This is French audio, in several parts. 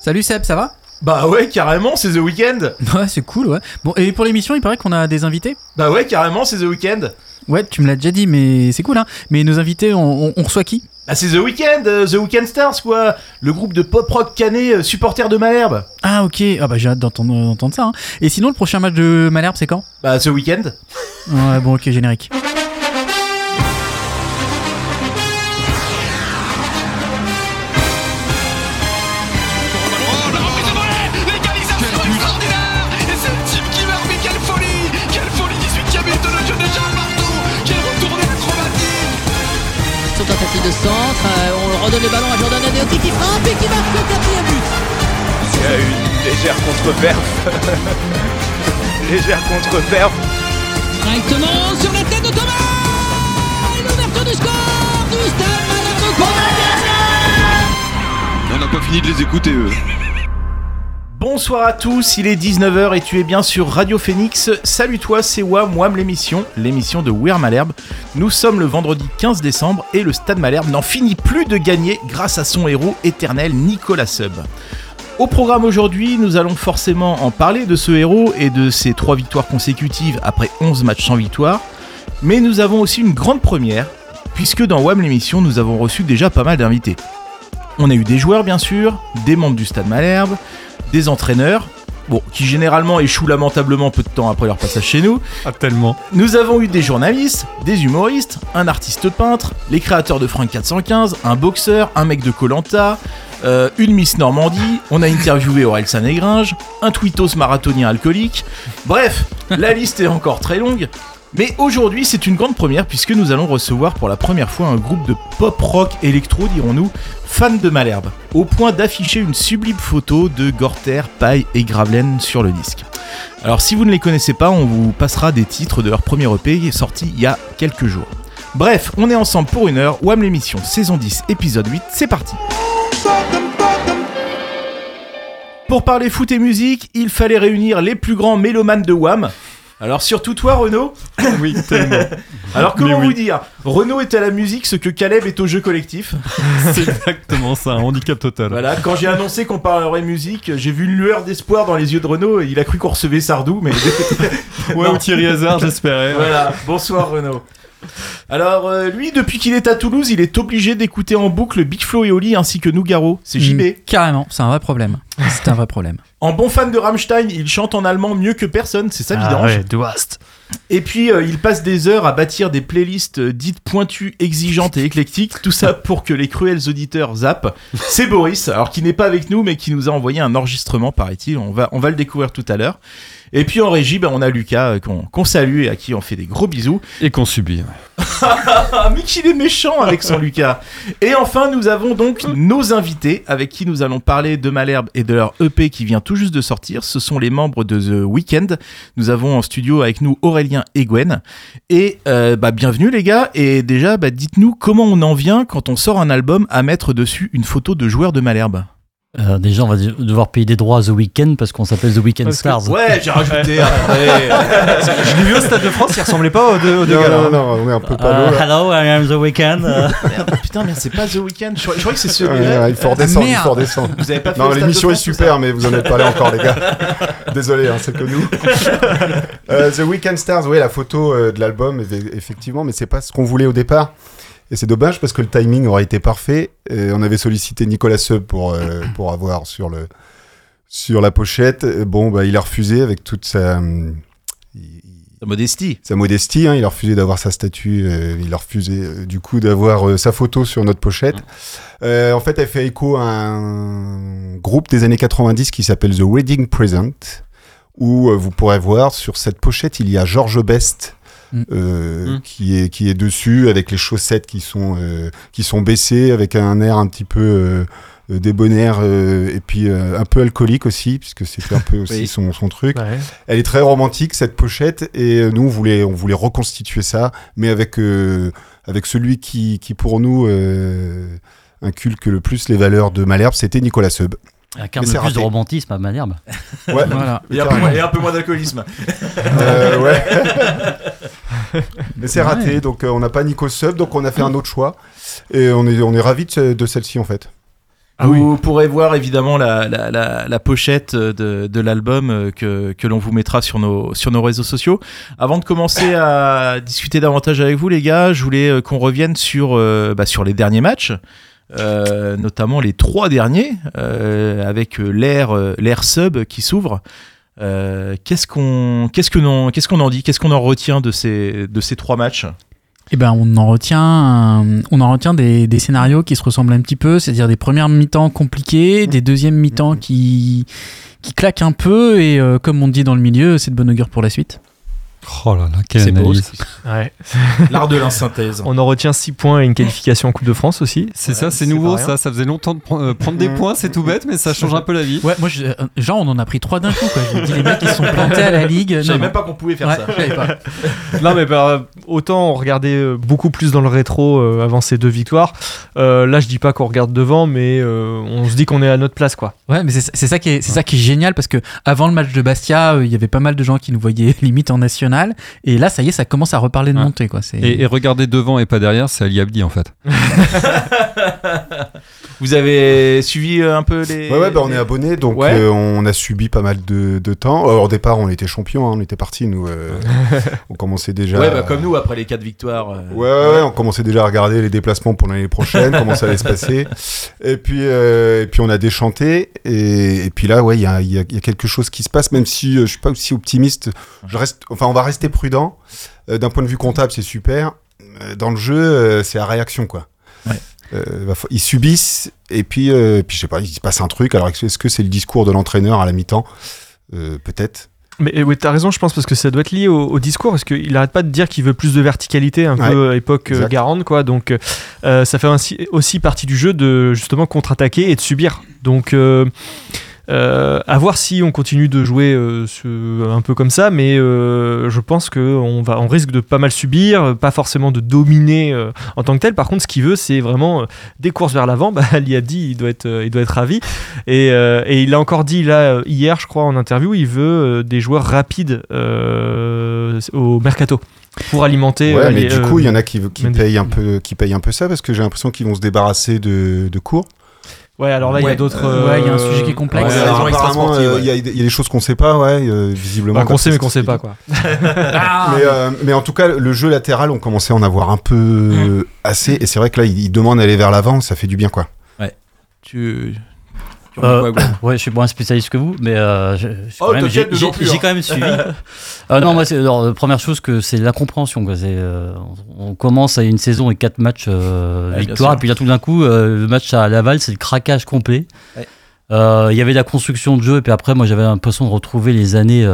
Salut Seb, ça va? Bah ouais, carrément, c'est The Weeknd. Ouais, c'est cool, ouais. Bon, et pour l'émission, il paraît qu'on a des invités? Bah ouais, carrément, c'est The Weeknd. Ouais, tu me l'as déjà dit, mais c'est cool, hein. Mais nos invités, on reçoit qui? Bah c'est The Weeknd, The Weeknd Stars, quoi. Le groupe de pop-rock canet, supporter de Malherbe. Ah, ok. Ah bah j'ai hâte d'entendre ça, hein. Et sinon, le prochain match de Malherbe, c'est quand? Bah The Weeknd. Ouais, bon, ok, générique. Tentative de centre, on redonne le ballon à Jordan Adeoti qui frappe et qui marque le quatrième but. Il y a une légère contre-perf. Légère contre-perf. Directement sur la tête de Thomas. Et l'ouverture du score du Stade Malherbe. On n'a pas fini de les écouter, eux. Bonsoir à tous, il est 19h et tu es bien sur Radio Phoenix. Salut toi, c'est Wam l'émission de We're Malherbe. Nous sommes le vendredi 15 décembre et le Stade Malherbe n'en finit plus de gagner grâce à son héros éternel Nicolas Seub. Au programme aujourd'hui, nous allons forcément en parler de ce héros et de ses 3 victoires consécutives après 11 matchs sans victoire. Mais nous avons aussi une grande première, puisque dans Wam l'émission, nous avons reçu déjà pas mal d'invités. On a eu des joueurs bien sûr, des membres du Stade Malherbe, des entraîneurs, qui généralement échouent lamentablement peu de temps après leur passage chez nous. Ah, tellement. Nous avons eu des journalistes, des humoristes, un artiste peintre, les créateurs de Frank 415, un boxeur, un mec de Koh-Lanta, une Miss Normandie, on a interviewé Orelsan Egringe, un tweetos marathonien alcoolique. Bref, la liste est encore très longue. Mais aujourd'hui, c'est une grande première puisque nous allons recevoir pour la première fois un groupe de pop-rock électro, dirons-nous, fans de Malherbe, au point d'afficher une sublime photo de Gorter, Paille et Gravelaine sur le disque. Alors si vous ne les connaissez pas, on vous passera des titres de leur premier EP sorti il y a quelques jours. Bref, on est ensemble pour une heure, Wam l'émission, saison 10, épisode 8, c'est parti. Pour parler foot et musique, il fallait réunir les plus grands mélomanes de Wam. Alors surtout toi Renaud. Oui, tellement. Alors comment vous dire, Renaud est à la musique ce que Caleb est au jeu collectif. C'est exactement ça, un handicap total. Voilà, quand j'ai annoncé qu'on parlerait musique, j'ai vu une lueur d'espoir dans les yeux de Renaud et il a cru qu'on recevait Sardou, mais... Ouais, ou Thierry Hazard, j'espérais. Voilà, bonsoir Renaud. Alors lui, depuis qu'il est à Toulouse, il est obligé d'écouter en boucle Big Flo et Oli ainsi que Nougaro. C'est JB. Carrément, c'est un vrai problème. C'est un vrai problème. En bon fan de Rammstein, il chante en allemand mieux que personne, c'est ça vidange. Ouais, du Wast. Et puis il passe des heures à bâtir des playlists dites pointues, exigeantes et éclectiques, tout ça pour que les cruels auditeurs zappent. C'est Boris, alors qui n'est pas avec nous mais qui nous a envoyé un enregistrement, paraît-il, on va le découvrir tout à l'heure. Et puis en régie, on a Lucas qu'on salue et à qui on fait des gros bisous. Et qu'on subit. Mais qu'il est méchant avec son Lucas. Et enfin, nous avons donc nos invités avec qui nous allons parler de Malherbe et de leur EP qui vient tout juste de sortir. Ce sont les membres de The Weeknd. Nous avons en studio avec nous Aurélien et Gwen. Et bienvenue les gars. Et déjà, dites-nous comment on en vient quand on sort un album à mettre dessus une photo de joueurs de Malherbe. Déjà, on va devoir payer des droits à The Weeknd parce qu'on s'appelle The Weeknd Stars. Ouais, j'ai rajouté après. Je l'ai vu au Stade de France, il ressemblait pas aux deux gars là. Non, on est un peu pas loin. Hello, I am The Weeknd. Putain, mais c'est pas The Weeknd. Je crois que c'est celui-là. Il faut redescendre, Vous avez pas fait non, le Stade l'émission de est France, super, mais vous en êtes pas là encore, les gars. Désolé, c'est que nous. The Weeknd Stars, oui, la photo de l'album, effectivement, mais c'est pas ce qu'on voulait au départ. Et c'est dommage parce que le timing aurait été parfait. Et on avait sollicité Nicolas Seub pour avoir sur la pochette. Bon, il a refusé avec toute sa modestie. Sa modestie, hein, il a refusé d'avoir sa statue. Il a refusé du coup d'avoir sa photo sur notre pochette. En fait, elle fait écho à un groupe des années 90 qui s'appelle The Wedding Present, où vous pourrez voir sur cette pochette, il y a George Best. Qui est dessus avec les chaussettes qui sont baissées avec un air un petit peu débonnaire et puis un peu alcoolique aussi puisque c'était un peu aussi oui. son truc. Ouais. Elle est très romantique cette pochette et nous on voulait reconstituer ça mais avec celui qui pour nous inculque le plus les valeurs de Malherbe, c'était Nicolas Seub. Il incarne le plus de romantisme à Malherbe. Ouais, voilà. Et un peu moins d'alcoolisme. Ouais. Mais c'est raté, donc on n'a pas Nico Seub, donc on a fait un autre choix. Et on est ravis de celle-ci en fait. Vous pourrez voir évidemment la pochette de l'album que l'on vous mettra sur nos réseaux sociaux. Avant de commencer à discuter davantage avec vous, les gars, je voulais qu'on revienne sur les derniers matchs. Notamment les 3 derniers avec l'ère sub qui s'ouvre. Qu'est-ce qu'on en dit, qu'est-ce qu'on en retient de ces 3 matchs? Eh ben, on en retient des scénarios qui se ressemblent un petit peu, c'est-à-dire des premières mi-temps compliquées, des deuxièmes mi-temps qui claquent un peu, et comme on dit dans le milieu, c'est de bonne augure pour la suite. Oh là là, quelle C'est beau, analyse. Ouais. L'art de l'insynthèse. On en retient 6 points et une qualification en Coupe de France aussi. C'est ça, c'est nouveau pas rien. ça faisait longtemps de prendre des points, c'est tout bête, mais ça change un peu la vie. Ouais, moi, genre, on en a pris 3 d'un coup, quoi. Je me dis, les mecs, ils se sont plantés à la Ligue. Je savais même pas qu'on pouvait faire ça. Je savais pas. Non mais autant on regardait beaucoup plus dans le rétro avant ces 2 victoires. Là je dis pas qu'on regarde devant, mais on se dit qu'on est à notre place quoi. Ouais, mais c'est ça qui est génial, parce que avant le match de Bastia, il y avait pas mal de gens qui nous voyaient limite en national, et là ça y est, ça commence à reparler de montée quoi. Et regarder devant et pas derrière, c'est Ali Abdi en fait. Vous avez suivi un peu les... Ouais, on est abonnés, donc on a subi pas mal de temps. Au départ, on était champions, on était partis, nous. On commençait déjà... Ouais, comme nous, après les 4 victoires. Ouais, on commençait déjà à regarder les déplacements pour l'année prochaine, comment ça allait se passer. Et puis on a déchanté, et puis là, il y a quelque chose qui se passe, même si je suis pas aussi optimiste. On va rester prudent. D'un point de vue comptable, c'est super. Dans le jeu, c'est à réaction, quoi. Ouais. Ils subissent, et puis je sais pas, il se passe un truc. Alors est-ce que c'est le discours de l'entraîneur à la mi-temps? Peut-être. Mais oui, t'as raison, je pense, parce que ça doit être lié au discours, parce qu'il arrête pas de dire qu'il veut plus de verticalité, un peu époque Garande, quoi. Donc ça fait aussi partie du jeu de justement contre-attaquer et de subir. Donc à voir si on continue de jouer un peu comme ça, mais je pense qu'on risque de pas mal subir, pas forcément de dominer en tant que tel. Par contre, ce qu'il veut, c'est vraiment des courses vers l'avant. Ali Abdi, il doit être ravi, et il a encore dit là hier, je crois, en interview, il veut des joueurs rapides au mercato pour alimenter. Ouais, mais du coup, il y en a qui payent un peu ça, parce que j'ai l'impression qu'ils vont se débarrasser de cours. Ouais, alors là, il y a d'autres. il y a un sujet qui est complexe. Apparemment, il y a des choses qu'on sait pas, visiblement. Qu'on sait, mais qu'on sait pas, quoi. mais en tout cas, le jeu latéral, on commençait à en avoir un peu assez, et c'est vrai que là, il demande d'aller vers l'avant, ça fait du bien, quoi. Ouais. Ouais, je suis moins spécialiste que vous, mais j'ai quand même suivi. Non, moi, la première chose, c'est l'incompréhension, quoi. On commence à une saison et 4 matchs victoire, et puis là, tout d'un coup, le match à Laval, c'est le craquage complet. Il y avait la construction de jeu, et puis après, moi, j'avais l'impression de retrouver les années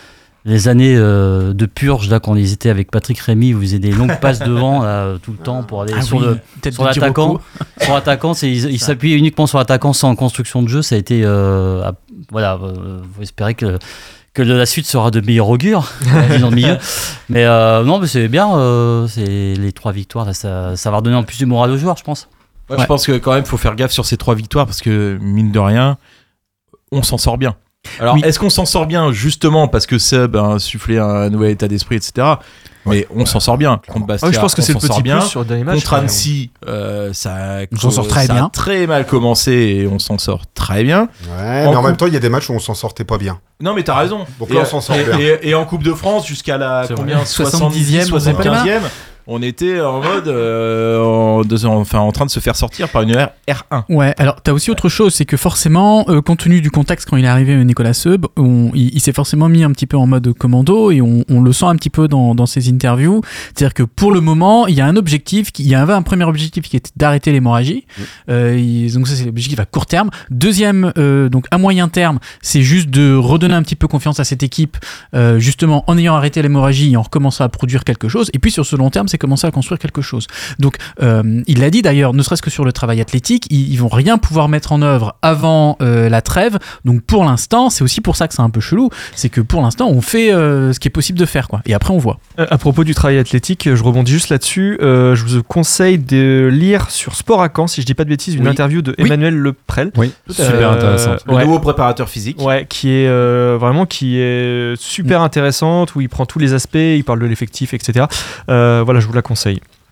de purge, là, quand ils étaient avec Patrick Rémy, où ils faisaient des longues passes devant là, tout le temps pour aller sur l'attaquant. Sur l'attaquant, il s'appuyait uniquement sur l'attaquant sans construction de jeu. Ça a été faut espérer que la suite sera de meilleur augure dans le milieu. Mais non, mais c'est bien, c'est les 3 victoires là, ça va redonner en plus du moral aux joueurs, je pense. Je pense que quand même faut faire gaffe sur ces 3 victoires, parce que mine de rien, on s'en sort bien. Alors, est-ce qu'on s'en sort bien justement parce que Seb a insufflé un nouvel état d'esprit, etc. Mais on s'en sort bien. Contre Bastia, je pense que c'est le petit bien. plus sur le dernier match. Contre Annecy, ça s'en sort très bien. a très mal commencé et on s'en sort très bien. Ouais, mais en même temps, il y a des matchs où on s'en sortait pas bien. Non, mais t'as raison. Donc là, on s'en sort bien. Et en Coupe de France, jusqu'à la 70e, 75e, on était en mode en train de se faire sortir par une R1. Ouais, alors t'as aussi autre chose, c'est que forcément, compte tenu du contexte quand il est arrivé, Nicolas Seub, il s'est forcément mis un petit peu en mode commando, et on le sent un petit peu dans ses interviews. C'est-à-dire que pour le moment, il y a un objectif, il y avait un premier objectif qui était d'arrêter l'hémorragie. Donc ça, c'est l'objectif à court terme. Deuxième, donc à moyen terme, c'est juste de redonner un petit peu confiance à cette équipe, justement en ayant arrêté l'hémorragie et en recommençant à produire quelque chose. Et puis sur ce long terme, c'est commencer à construire quelque chose. Donc il l'a dit d'ailleurs, ne serait-ce que sur le travail athlétique, ils vont rien pouvoir mettre en œuvre avant la trêve. Donc pour l'instant, c'est aussi pour ça que c'est un peu chelou, c'est que pour l'instant on fait ce qui est possible de faire, quoi. Et après on voit. À propos du travail athlétique, je rebondis juste là-dessus. Je vous conseille de lire sur Sport à Caen, si je dis pas de bêtises, une interview de Emmanuel Leprel. Oui, super intéressant. Le nouveau préparateur physique. Ouais, qui est super intéressante, où il prend tous les aspects, il parle de l'effectif, etc. Voilà, je vous la conseille.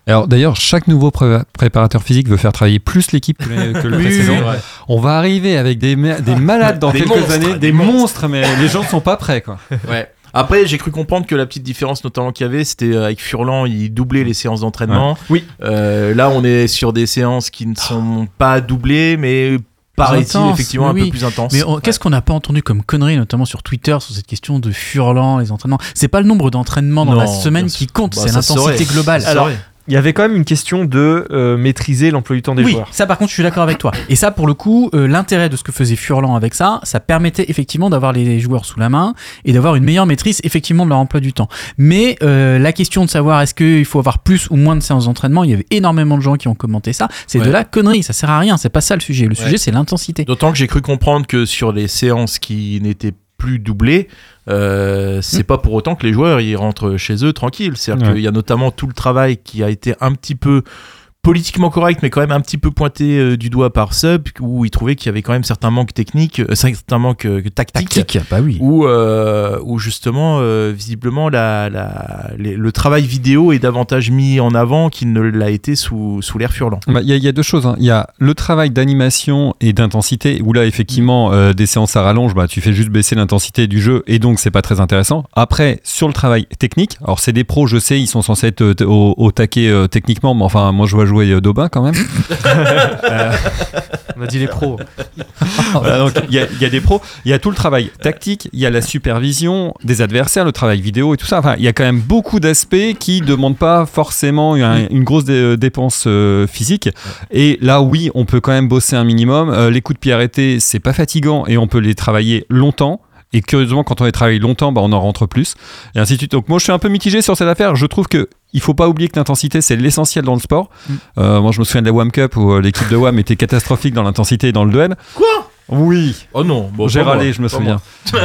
Alors d'ailleurs, chaque nouveau préparateur physique veut faire travailler plus l'équipe que le précédent. On va arriver avec des malades dans quelques années, des monstres, mais les gens ne sont pas prêts, quoi. Ouais. Après, j'ai cru comprendre que la petite différence notamment qu'il y avait, c'était avec Furlan, il doublait les séances d'entraînement. Oui. Là, on est sur des séances qui ne sont pas doublées, mais paraît-il effectivement un peu plus intense. Mais qu'est-ce qu'on n'a pas entendu comme conneries, notamment sur Twitter, sur cette question de Furlan, les entraînements. C'est pas le nombre d'entraînements dans la semaine qui compte, c'est l'intensité globale. Alors, il y avait quand même une question de maîtriser l'emploi du temps des joueurs. Oui, ça par contre je suis d'accord avec toi. Et ça pour le coup, l'intérêt de ce que faisait Furlan avec ça permettait effectivement d'avoir les joueurs sous la main et d'avoir une meilleure maîtrise effectivement de leur emploi du temps. Mais la question de savoir est-ce qu'il faut avoir plus ou moins de séances d'entraînement, il y avait énormément de gens qui ont commenté ça. C'est de la connerie, ça sert à rien, c'est pas ça le sujet. Le sujet c'est l'intensité. D'autant que j'ai cru comprendre que sur les séances qui n'étaient plus doublées, c'est pas pour autant que les joueurs ils rentrent chez eux tranquilles. C'est-à-dire qu'il y a notamment tout le travail qui a été un petit peu politiquement correct, mais quand même un petit peu pointé du doigt par Sub, où il trouvait qu'il y avait quand même certains manques techniques, certains manques tactiques, où justement visiblement le travail vidéo est davantage mis en avant qu'il ne l'a été sous l'ère Furlan. Il y a deux choses, hein. Il y a le travail d'animation et d'intensité, où là effectivement des séances à rallonge, tu fais juste baisser l'intensité du jeu et donc c'est pas très intéressant. Après, sur le travail technique, alors c'est des pros, je sais, ils sont censés être au taquet techniquement, mais enfin moi je vois jouer Daubin quand même. On a dit les pros. Donc il y a des pros, il y a tout le travail tactique, il y a la supervision des adversaires, le travail vidéo et tout ça. Enfin, il y a quand même beaucoup d'aspects qui demandent pas forcément une grosse dépense physique. Et là, oui, on peut quand même bosser un minimum. Les coups de pied arrêtés, c'est pas fatigant et on peut les travailler longtemps. Et curieusement, quand on les travaille longtemps, on en rentre plus. Et ainsi de suite. Donc moi, je suis un peu mitigé sur cette affaire. Je trouve que il faut pas oublier que l'intensité, c'est l'essentiel dans le sport. Moi, je me souviens de la WAM Cup où l'équipe de WAM était catastrophique dans l'intensité et dans le duel. Quoi ? Oui. Oh non. Bon, j'ai râlé, je me souviens. mais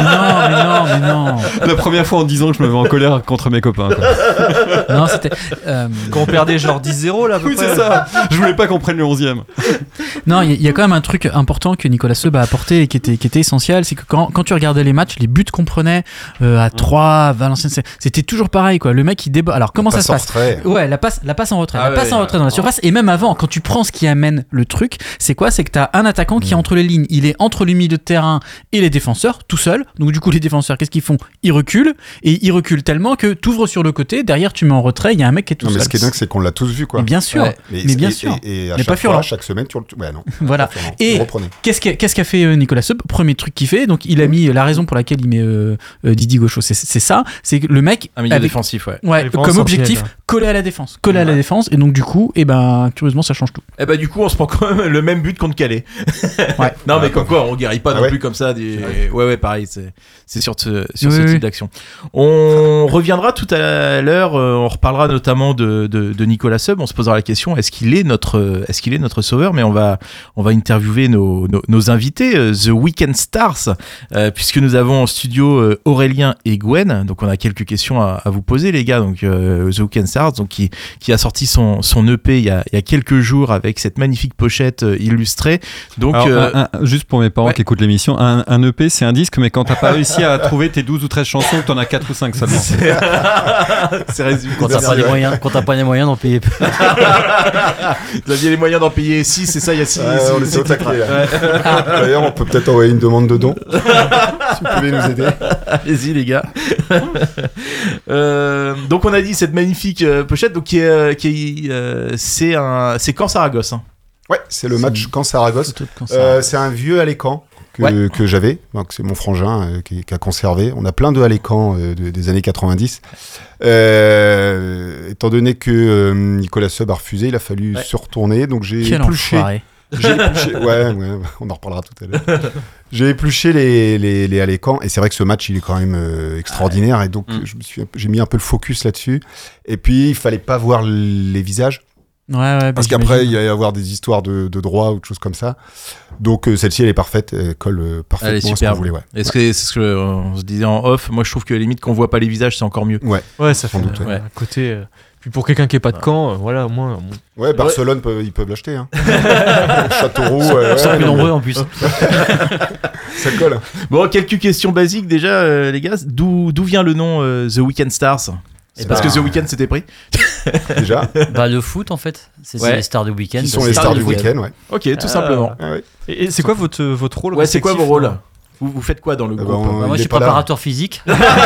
non. La première fois en 10 ans que je me mets en colère contre mes copains. Quoi. Non, c'était... Quand on perdait genre 10-0 là, à peu oui, près. c'est ça. Je voulais pas qu'on prenne le 11e. Non, il y a quand même un truc important que Nicolas Seub a apporté et qui était essentiel, c'est que quand tu regardais les matchs, les buts qu'on prenait à 3, à Valenciennes, c'était toujours pareil, quoi. Le mec, il débat. Alors, comment ça se passe ? Ouais, la passe en retrait. En retrait dans la surface. Et même avant, quand tu prends ce qui amène le truc, c'est quoi ? C'est que t'as un attaquant qui est entre les lignes. Il est entre le milieu de terrain et les défenseurs, tout seul. Donc, du coup, les défenseurs, qu'est-ce qu'ils font ? Ils reculent. Et ils reculent tellement que t'ouvres sur le côté. Derrière, tu mets en retrait. Il y a un mec qui est tout seul. Mais ce qui est dingue, c'est qu'on l'a tous vu, quoi. Mais bien sûr. Mais bien sûr. Et à mais chaque pas fois, chaque semaine, tu le... Ouais, non. Voilà. Et qu'est-ce qu'a fait Nicolas Seub ? Premier truc qu'il fait, donc il a mis la raison pour laquelle il met Didier Gaucho, c'est ça, c'est que le mec un milieu défensif, comme objectif coller à la défense, à la défense, et donc du coup, curieusement, ça change tout. Et du coup, on se prend quand même le même but contre Calais. Non, mais comme quoi, on guérit pas non plus comme ça. Ouais, pareil, c'est sur ce type d'action. On reviendra tout à l'heure, on reparlera notamment de Nicolas Seub. On se posera la question est-ce qu'il est notre sauveur ? Mais on va interviewer nos invités, The Weekend Stars, puisque nous avons en studio Aurélien et Gwen. Donc on a quelques questions à vous poser, les gars. Donc The Weekend Stars, donc qui a sorti son EP il y a quelques jours avec cette magnifique pochette illustrée. Donc juste pour mes parents qui écoutent l'émission, un EP c'est un disque, mais quand t'as pas réussi à trouver tes 12 ou 13 chansons, t'en as 4 ou 5 seulement. C'est résumé. Quand t'as pas les moyens d'en payer. Vous aviez les moyens d'en payer 6, c'est ça, il y a 6. On est au taquet là. D'ailleurs, on peut peut-être envoyer une demande de don. Si vous pouvez nous aider. Allez-y, les gars. Donc, on a dit cette magnifique pochette, donc c'est Caen Saragosse. Hein. Ouais, c'est le match Caen Saragosse. C'est un vieux Alécan que j'avais, donc c'est mon frangin qui a conservé. On a plein de Alécans des années 90. Étant donné que Nicolas Seub a refusé, il a fallu se retourner, donc j'ai épluché. Ouais, on en reparlera tout à l'heure. J'ai épluché les Alécans, et c'est vrai que ce match il est quand même extraordinaire, et donc j'ai mis un peu le focus là-dessus. Et puis il fallait pas voir les visages. Parce qu'après il va y avoir des histoires de droit ou de choses comme ça. Donc celle-ci elle est parfaite, elle colle parfaitement à ce qu'on voulait. C'est ce que on se disait en off. Moi je trouve que limite qu'on voit pas les visages c'est encore mieux. Ouais, ça fait un côté. Puis pour quelqu'un qui est pas de Caen, voilà au moins. Ouais, Barcelone ils peuvent l'acheter. Hein. Châteauroux. Ils sont plus nombreux en plus. Ça colle. Bon, quelques questions basiques déjà, les gars. D'où vient le nom The Weekend Stars ? C'est parce que The Weeknd s'était pris. Déjà. Bah, le foot, en fait. C'est les stars du week-end. Qui sont les stars du week-end, ouais. Ok, tout simplement. Ouais. Et c'est quoi votre rôle? Ouais, c'est quoi vos rôles? Vous faites quoi dans le groupe? Moi, je suis préparateur physique.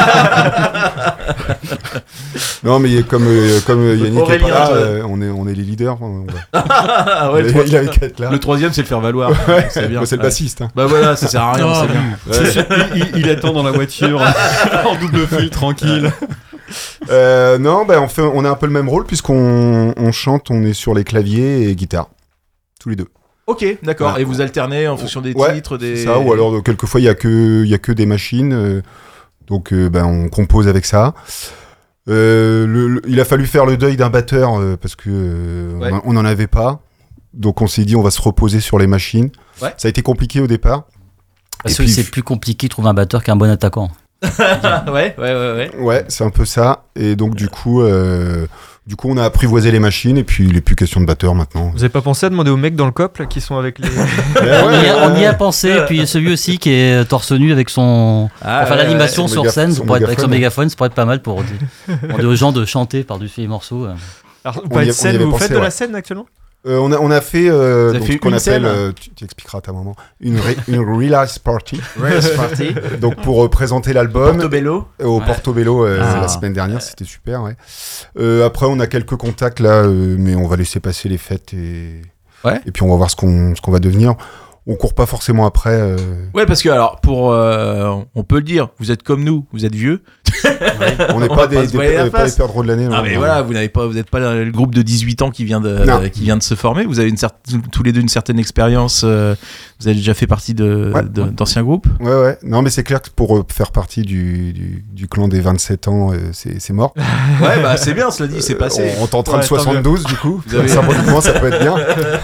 Non, mais comme Yannick Aurélien, est pas là, on est les leaders. Ouais, il avait qu'à être là. le troisième, c'est le faire valoir. C'est bien. Moi, c'est le bassiste. Hein. Bah voilà, ça sert à rien, c'est bien. Il attend dans la voiture en double fil, tranquille. Non, on a un peu le même rôle puisqu'on chante, on est sur les claviers et guitare, tous les deux. Ok, d'accord. Voilà. Et vous alternez en fonction des titres, des. Ça, ou alors quelquefois il y a que des machines, donc on compose avec ça. Il a fallu faire le deuil d'un batteur parce que on n'en avait pas, donc on s'est dit on va se reposer sur les machines. Ouais. Ça a été compliqué au départ. Parce que c'est plus compliqué de trouver un batteur qu'un bon attaquant. Ouais, c'est un peu ça. Et donc du coup, on a apprivoisé les machines et puis il n'est plus question de batteur maintenant. Vous avez pas pensé à demander aux mecs dans le couple qui sont avec les... On y a pensé, et puis celui aussi qui est torse nu avec son... l'animation sur scène, avec son mégaphone, ça pourrait être pas mal pour demander aux gens de chanter par-dessus les morceaux. Alors, pas de scène, vous faites de la scène actuellement? On a fait ce qu'on appelle, tu expliqueras à ta maman, une release party. Donc pour présenter l'album Portobello. Au Portobello la semaine dernière, c'était super. Ouais. Après on a quelques contacts là, mais on va laisser passer les fêtes et puis on va voir ce qu'on va devenir. On court pas forcément après. Ouais, parce que alors on peut le dire, vous êtes comme nous, vous êtes vieux. On n'est pas les perdreaux de l'année. Ah mais voilà, vous n'êtes pas le groupe de 18 ans qui vient de se former. Vous avez tous les deux une certaine expérience. Vous avez déjà fait partie d'anciens groupes. Ouais. Non, mais c'est clair que pour faire partie du clan des 27 ans, c'est mort. Ouais, bah c'est bien, cela dit, c'est passé. On tentera de 72 du coup. Symboliquement, ça peut être bien.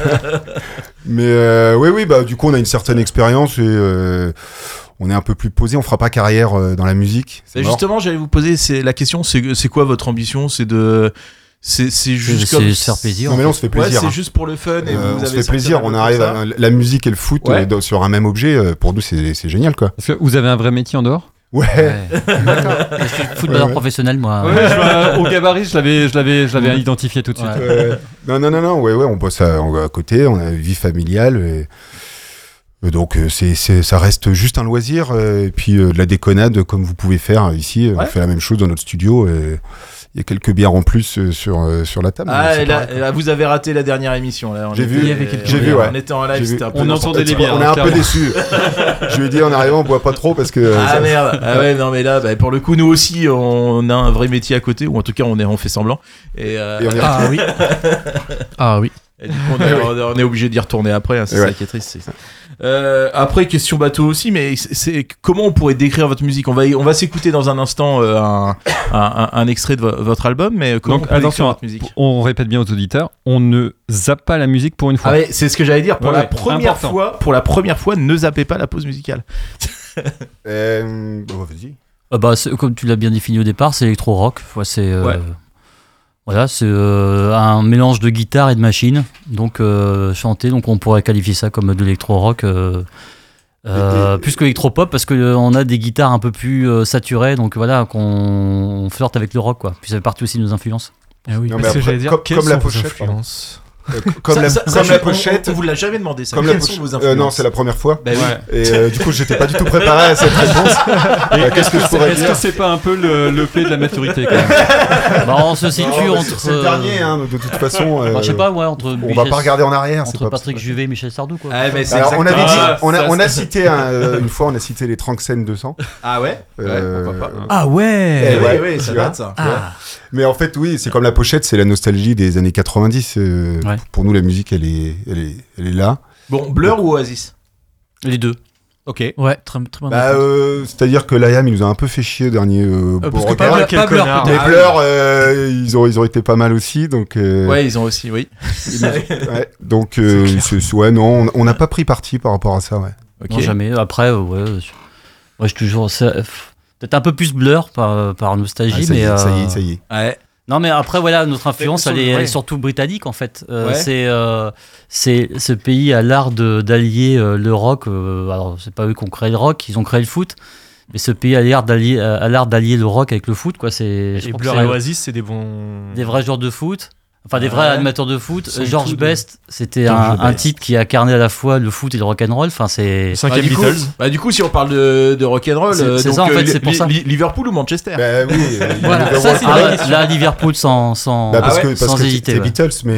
Mais oui, du coup, on a une certaine expérience et on est un peu plus posé. On fera pas carrière dans la musique. Justement, j'allais vous poser la question. C'est quoi votre ambition? C'est juste comme se faire plaisir. Non mais non, on se fait plaisir. Ouais, c'est juste pour le fun. Et on se fait plaisir. On arrive à la musique et le foot sur un même objet. Pour nous, c'est génial, quoi. Parce que vous avez un vrai métier en dehors? Ouais. D'accord. Je suis footballeur professionnel, moi. Ouais, au gabarit, je l'avais identifié tout de suite. Non. On bosse à côté. On a une vie familiale. Donc ça reste juste un loisir et puis de la déconnade comme vous pouvez faire ici. On fait la même chose dans notre studio. Il y a quelques bières en plus sur la table. Là, vous avez raté la dernière émission. J'ai vu. On était en live, c'était un peu. On entendait les bières. On est un peu déçus. Je lui ai dit en arrivant, on boit pas trop parce que. Merde. Ouais, non mais là, pour le coup, nous aussi, on a un vrai métier à côté, ou en tout cas, on fait semblant. Et on est Ah oui. Et du coup, on est obligé d'y retourner après. C'est ça qui est triste. Après, question bateau aussi, mais c'est comment on pourrait décrire votre musique? On va s'écouter dans un instant un extrait de votre album, mais comment on peut décrire votre musique? On répète bien aux auditeurs, on ne zappe pas la musique pour une fois. Ah ouais, c'est ce que j'allais dire. Pour la première fois, ne zappez pas la pause musicale. Vas-y. Comme tu l'as bien défini au départ, c'est électro-rock. Voilà, c'est un mélange de guitare et de machine, donc chanté, donc on pourrait qualifier ça comme de l'électro-rock, plus que électro-pop, parce qu'on a des guitares un peu plus saturées, donc voilà, qu'on flirte avec le rock, quoi. Puis ça fait partie aussi de nos influences. Ah oui, non, mais après, j'allais dire, comme la pochette. Comme la pochette. On vous l'a jamais demandé ça. Quelles sont vos influences? Non, c'est la première fois. Bah oui. Et du coup, j'étais pas du tout préparé à cette réponse. Qu'est-ce que je pourrais dire? Est-ce que c'est pas un peu le play de la maturité quand même? On se situe entre. C'est le dernier, de toute façon. Je sais pas, entre. On va pas regarder en arrière. Entre Patrick Juvet et Michel Sardou, quoi. Alors, on avait dit, on a cité une fois, on a cité les Tranxène 200. Ah ouais. Pourquoi pas. Ah ouais. Oui, ça date ça. Mais en fait, oui, c'est comme la pochette, c'est la nostalgie des années 90. Pour nous, la musique, elle est là. Bon, Blur ou Oasis? Les deux. Ok. Ouais, très bon. C'est-à-dire que l'IAM, il nous a un peu fait chier au dernier pas Blur. Les Blur, ils ont été pas mal aussi, donc. Ouais, ils ont aussi, oui. Donc, non, on n'a pas pris parti par rapport à ça, ouais. Non, jamais. Après, je suis toujours. Peut-être un peu plus Blur par nostalgie, mais. Ça y est. Ouais. Non, mais après, voilà, notre influence, elle est surtout britannique, en fait. C'est ce pays a l'art d'allier le rock. Alors, c'est pas eux qui ont créé le rock, ils ont créé le foot. Mais ce pays a l'air d'allier le rock avec le foot, quoi. Et Blur et Oasis, c'est des vrais joueurs de foot. Enfin, des vrais animateurs de foot. George Best, c'était un type qui a incarné à la fois le foot et le rock'n'roll. Enfin, c'est. 5e Beatles. Du coup, si on parle de rock'n'roll, c'est ça en fait, c'est pour ça. Liverpool ou Manchester? Oui. Voilà, ça c'est la question. Là, Liverpool sans hésiter. C'est Beatles, mais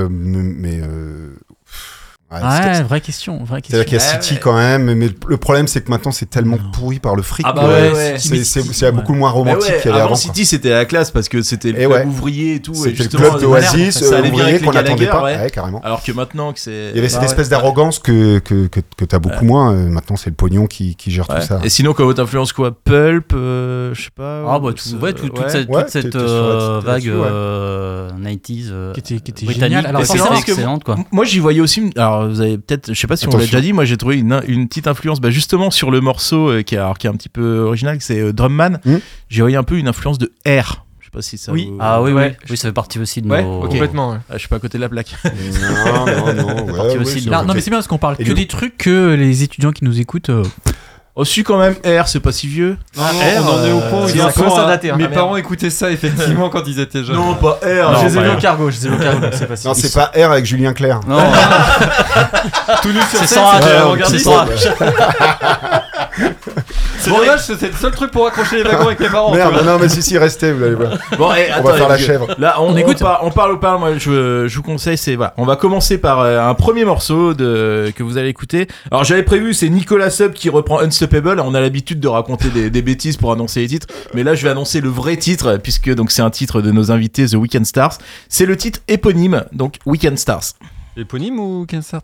vraie question. C'est-à-dire qu'il y a City quand même, mais le problème c'est que maintenant c'est tellement pourri par le fric. C'est beaucoup moins romantique qu'elle est avant. City c'était la classe parce que c'était le club ouvrier et tout. C'était le club d'Oasis, ouvrier qu'on n'attendait pas. Ouais, carrément. Alors que maintenant que c'est. Il y avait cette espèce d'arrogance que t'as beaucoup moins. Maintenant c'est le pognon qui gère tout ça. Et sinon, quand votre influence quoi? Pulp, je sais pas. Toute cette vague 90s qui était britannique, excellente quoi. Moi j'y voyais aussi. Alors vous avez peut-être, je sais pas si on l'a déjà dit, moi j'ai trouvé une petite influence justement sur le morceau qui est un petit peu original, c'est Drumman. J'ai voyé un peu une influence de R. Je sais pas si ça. Oui. Oui, ça fait partie aussi de nos. Complètement. Ouais. Je suis pas à côté de la plaque. Non. Non, mais c'est bien parce qu'on parle que des trucs que les étudiants qui nous écoutent. Aussi quand même, R, c'est pas si vieux. On en est au point où ça commence à dater. Mes parents écoutaient ça effectivement quand ils étaient jeunes. Non, pas R. Je les ai vus au cargo, c'est pas si. Non, c'est pas R avec Julien Clerc. Non. Tout nu sur c'est scène, c'est sans c'est dommage, c'est le seul truc pour accrocher les wagons avec les parents. Merde, non, mais si, restez, vous allez voir. Bon, on va faire la chèvre. Là, on parle. Moi, je vous conseille, on va commencer par un premier morceau que vous allez écouter. Alors, j'avais prévu, c'est Nicolas Sub qui reprend Unstoppable. On a l'habitude de raconter des bêtises pour annoncer les titres, mais là, je vais annoncer le vrai titre, puisque donc c'est un titre de nos invités, The Weekend Stars. C'est le titre éponyme, donc Weekend Stars. Éponyme ou Weekend Stars?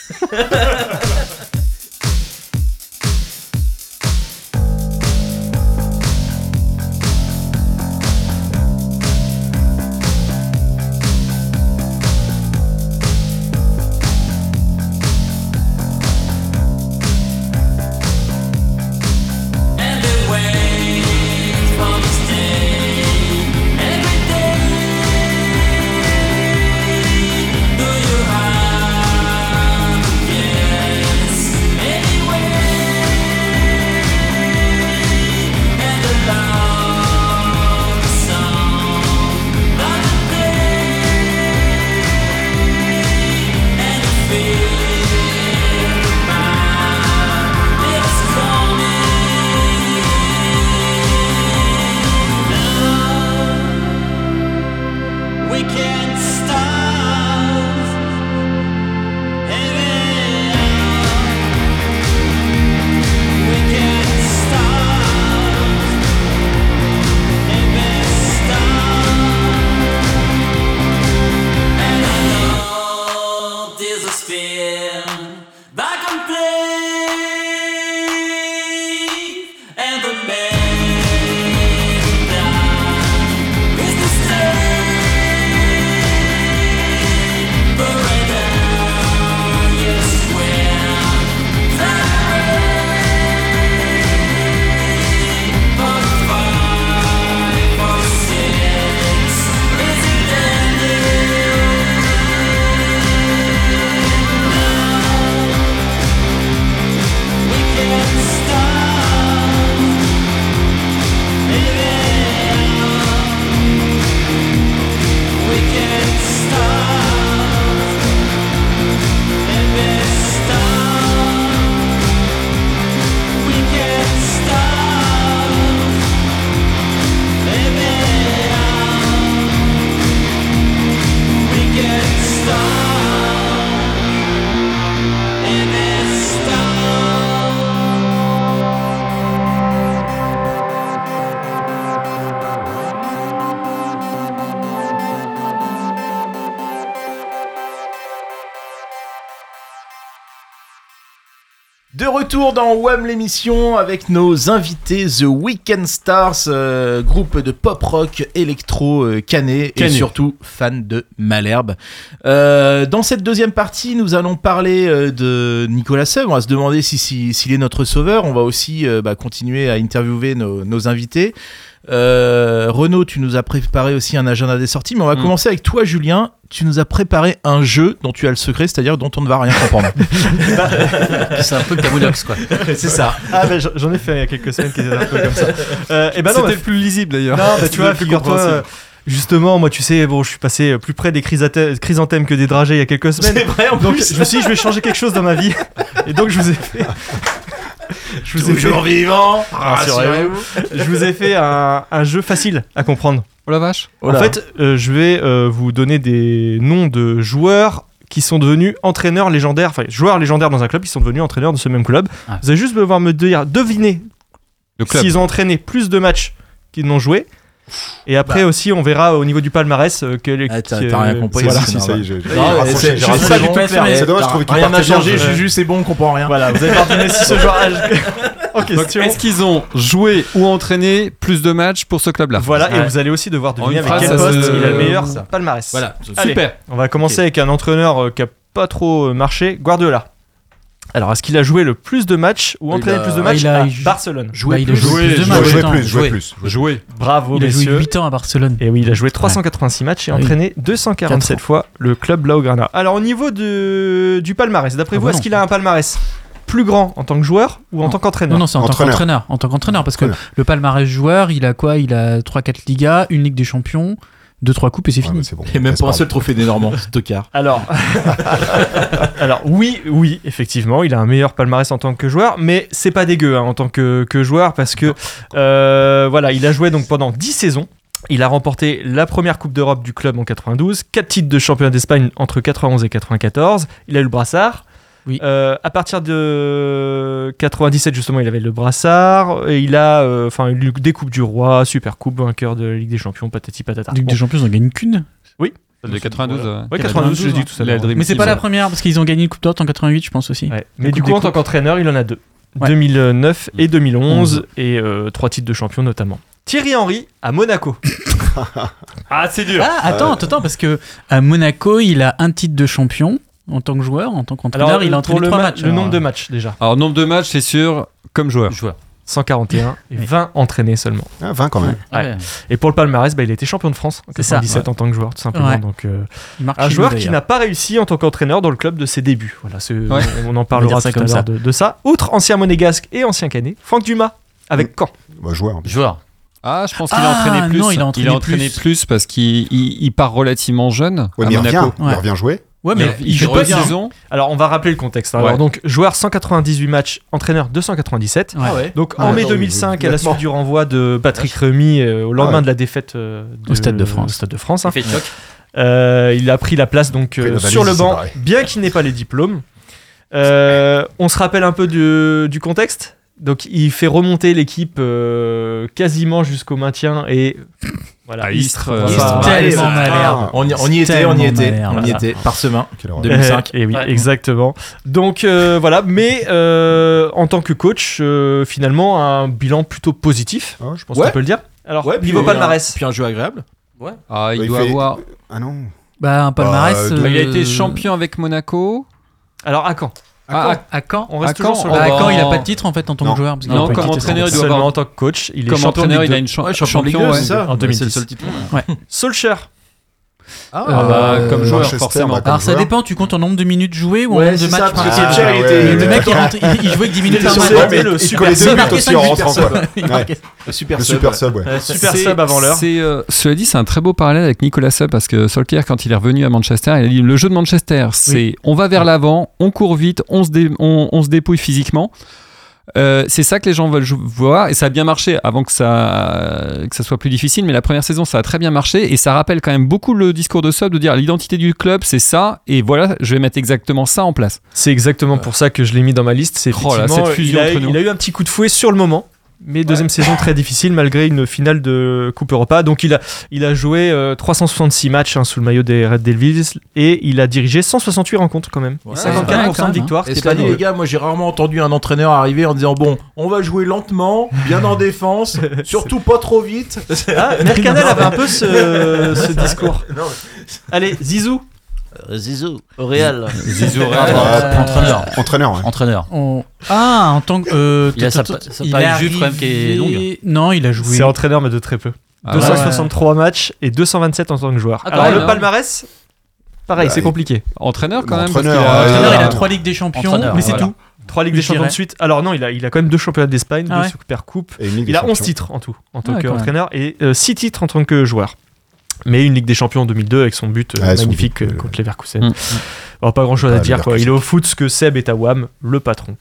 De retour dans WAM l'émission avec nos invités The Weekend Stars, groupe de pop rock électro canet et surtout fan de Malherbe. Dans cette deuxième partie, nous allons parler de Nicolas Sub. On va se demander s'il est notre sauveur. On va aussi continuer à interviewer nos invités. Renaud, tu nous as préparé aussi un agenda des sorties, mais on va commencer avec toi, Julien. Tu nous as préparé un jeu dont tu as le secret, c'est-à-dire dont on ne va rien comprendre. C'est un peu le Camoulox, quoi. C'est ça. Ah, ben j'en ai fait il y a quelques semaines qui étaient un peu comme ça. C'était le plus lisible d'ailleurs. Non, bah, tu vois, figure-toi. Justement, moi, tu sais, bon, je suis passé plus près des chrysanthèmes que des dragées il y a quelques semaines. C'est vrai, en donc, plus. je me suis dit, je vais changer quelque chose dans ma vie. Et donc, je vous ai fait. Toujours vivant. Rassurez-vous. Je vous ai fait un jeu facile à comprendre. Oh la vache. En fait, je vais vous donner des noms de joueurs qui sont devenus entraîneurs légendaires, enfin joueurs légendaires dans un club qui sont devenus entraîneurs de ce même club. Ah. Vous allez juste devoir me deviner s'ils ont entraîné plus de matchs qu'ils n'ont joué. Et après aussi, on verra au niveau du palmarès t'as rien compris. Voilà. Si, ça y est, c'est dommage, je trouve qu'il rien n'a changé. Juju, c'est bon, on comprend rien. Voilà, vous avez pardonné si ce joueur. Donc, est-ce qu'ils ont joué ou entraîné plus de matchs pour ce club-là? Voilà, et vous allez aussi devoir deviner avec quel poste il a le meilleur palmarès. Voilà, super. On va commencer avec un entraîneur qui a pas trop marché, Guardiola. Alors, est-ce qu'il a joué le plus de matchs ou entraîné plus de matchs à Barcelone? Joué plus. Bravo, il messieurs. a joué 8 ans à Barcelone. Et oui, il a joué 386 matchs et entraîné 247 fois le club Blaugrana. Alors, au niveau du palmarès, d'après vous, est-ce qu'il a un palmarès plus grand en tant que joueur ou en tant qu'entraîneur? Non, c'est en tant qu'entraîneur. En tant qu'entraîneur, parce que le palmarès joueur, il a quoi? Il a 3-4 Ligas, une Ligue des Champions, 2-3 coupes et c'est fini. Bon. Et même pas un seul trophée des Normands, c'est tocard. Alors oui, effectivement, il a un meilleur palmarès en tant que joueur, mais c'est pas dégueu en tant que joueur parce que voilà, il a joué donc pendant 10 saisons. Il a remporté la première Coupe d'Europe du club en 92, 4 titres de championnat d'Espagne entre 91 et 94. Il a eu le brassard. Oui. À partir de 97 justement, il avait le brassard et il a eu des coupes du roi, super coupe, vainqueur de Ligue des Champions, patati patata. Ligue des Champions, ils en gagnent qu'une. Oui. De 92. Ouais, 92, je dis tout ça. Mais c'est pas la première parce qu'ils ont gagné une coupe d'Europe en 88, je pense aussi. Ouais. Mais du coup, en tant qu'entraîneur, il en a 2. Ouais. 2009 et 2011 et 3 titres de champion notamment. Thierry Henry à Monaco. Ah, c'est dur. Ah, attends, parce que à Monaco, il a un titre de champion. En tant que joueur, en tant qu'entraîneur, alors, il a entraîné 3 matchs. Le nombre de matchs déjà. Alors, nombre de matchs, c'est sûr, comme joueur. 141 et 20 entraînés seulement. Ah, 20 quand même. Ouais. Et pour le palmarès, il a été champion de France en 97 en tant que joueur, tout simplement. Ouais. Donc, un joueur qui n'a pas réussi en tant qu'entraîneur dans le club de ses débuts. Voilà, on en parlera tout à l'heure de ça. Outre ancien monégasque et ancien canet, Franck Dumas avec Caen. Joueur. Ah, je pense qu'il a entraîné plus. Non, il a entraîné plus parce qu'il part relativement jeune à Monaco. Il revient jouer. Ouais, mais il joue pas saison. Alors, on va rappeler le contexte. Alors, donc, joueur 198 matchs, entraîneur 297. Ouais. Donc, en mai 2005, à la suite du renvoi de Patrick Rémy au lendemain de la défate au Stade de France. Hein. Il a pris la place donc sur le banc, bien qu'il n'ait pas les diplômes. On se rappelle un peu du contexte. Donc, il fait remonter l'équipe quasiment jusqu'au maintien et voilà, Istres, tellement malherbe. On y était, parchemin 2005. Et oui, exactement. Donc voilà, mais en tant que coach, finalement, un bilan plutôt positif, je pense qu'on peut le dire. Alors, niveau palmarès. Puis un jeu agréable. Ouais. Ah, il doit avoir. Ah non. Bah, un palmarès. Il a été champion avec Monaco. Alors, à Caen. À Caen, on reste toujours sur le Caen, il n'a pas de titre en fait en tant que joueur. Parce non, comme entraîneur, il doit avoir. En tant que coach, il est comme entraîneur, il a une champion de Ligue 2, c'est ça. En 2010. C'est le seul titre. Solskjaer. Comme joueur, forcément. Alors ça dépend, tu comptes en nombre de minutes jouées ou en nombre de matchs. Le mec, il jouait que 10 minutes par match. Il collait 2 buts aussi en rentrant. Le super sub, ouais. Super sub avant l'heure. Cela dit, c'est un très beau parallèle avec Nicolas Sub parce que Solskjaer, quand il est revenu à Manchester, il a dit le jeu de Manchester, c'est on va vers l'avant, on court vite, on se dépouille physiquement. C'est ça que les gens veulent voir et ça a bien marché avant que ça soit plus difficile, mais la première saison ça a très bien marché et ça rappelle quand même beaucoup le discours de Sub de dire l'identité du club c'est ça et voilà je vais mettre exactement ça en place. C'est exactement pour ça que je l'ai mis dans ma liste. C'est cette fusion entre nous. Il a eu un petit coup de fouet sur le moment. Mais deuxième saison très difficile malgré une finale de Coupe Europa. Donc il a joué 366 matchs sous le maillot des Red Devils et il a dirigé 168 rencontres quand même. 54% de victoire. C'est pas les gars, moi j'ai rarement entendu un entraîneur arriver en disant bon, on va jouer lentement, bien en défense, surtout pas trop vite. Mercanel avait un peu ce discours. Allez, Zizou. Zizou, au Real. Zizou, entraîneur. En tant que. Il a sa page juive quand même qui est longue. Non, il a joué. C'est entraîneur, mais de très peu. 263 matchs et 227 en tant que joueur. Alors, le palmarès, pareil, c'est compliqué. Entraîneur quand même. Entraîneur, il a 3 Ligues des Champions, mais c'est tout. 3 Ligues des Champions de suite. Alors non, il a quand même 2 championnats d'Espagne, 2 Supercoupes. Il a 11 titres en tout, en tant qu'entraîneur, et 6 titres en tant que joueur. Mais une Ligue des Champions en 2002 avec son but magnifique contre Leverkusen. Alors, pas grand chose à dire, quoi. Il est au foot ce que Seb est à WAM, le patron.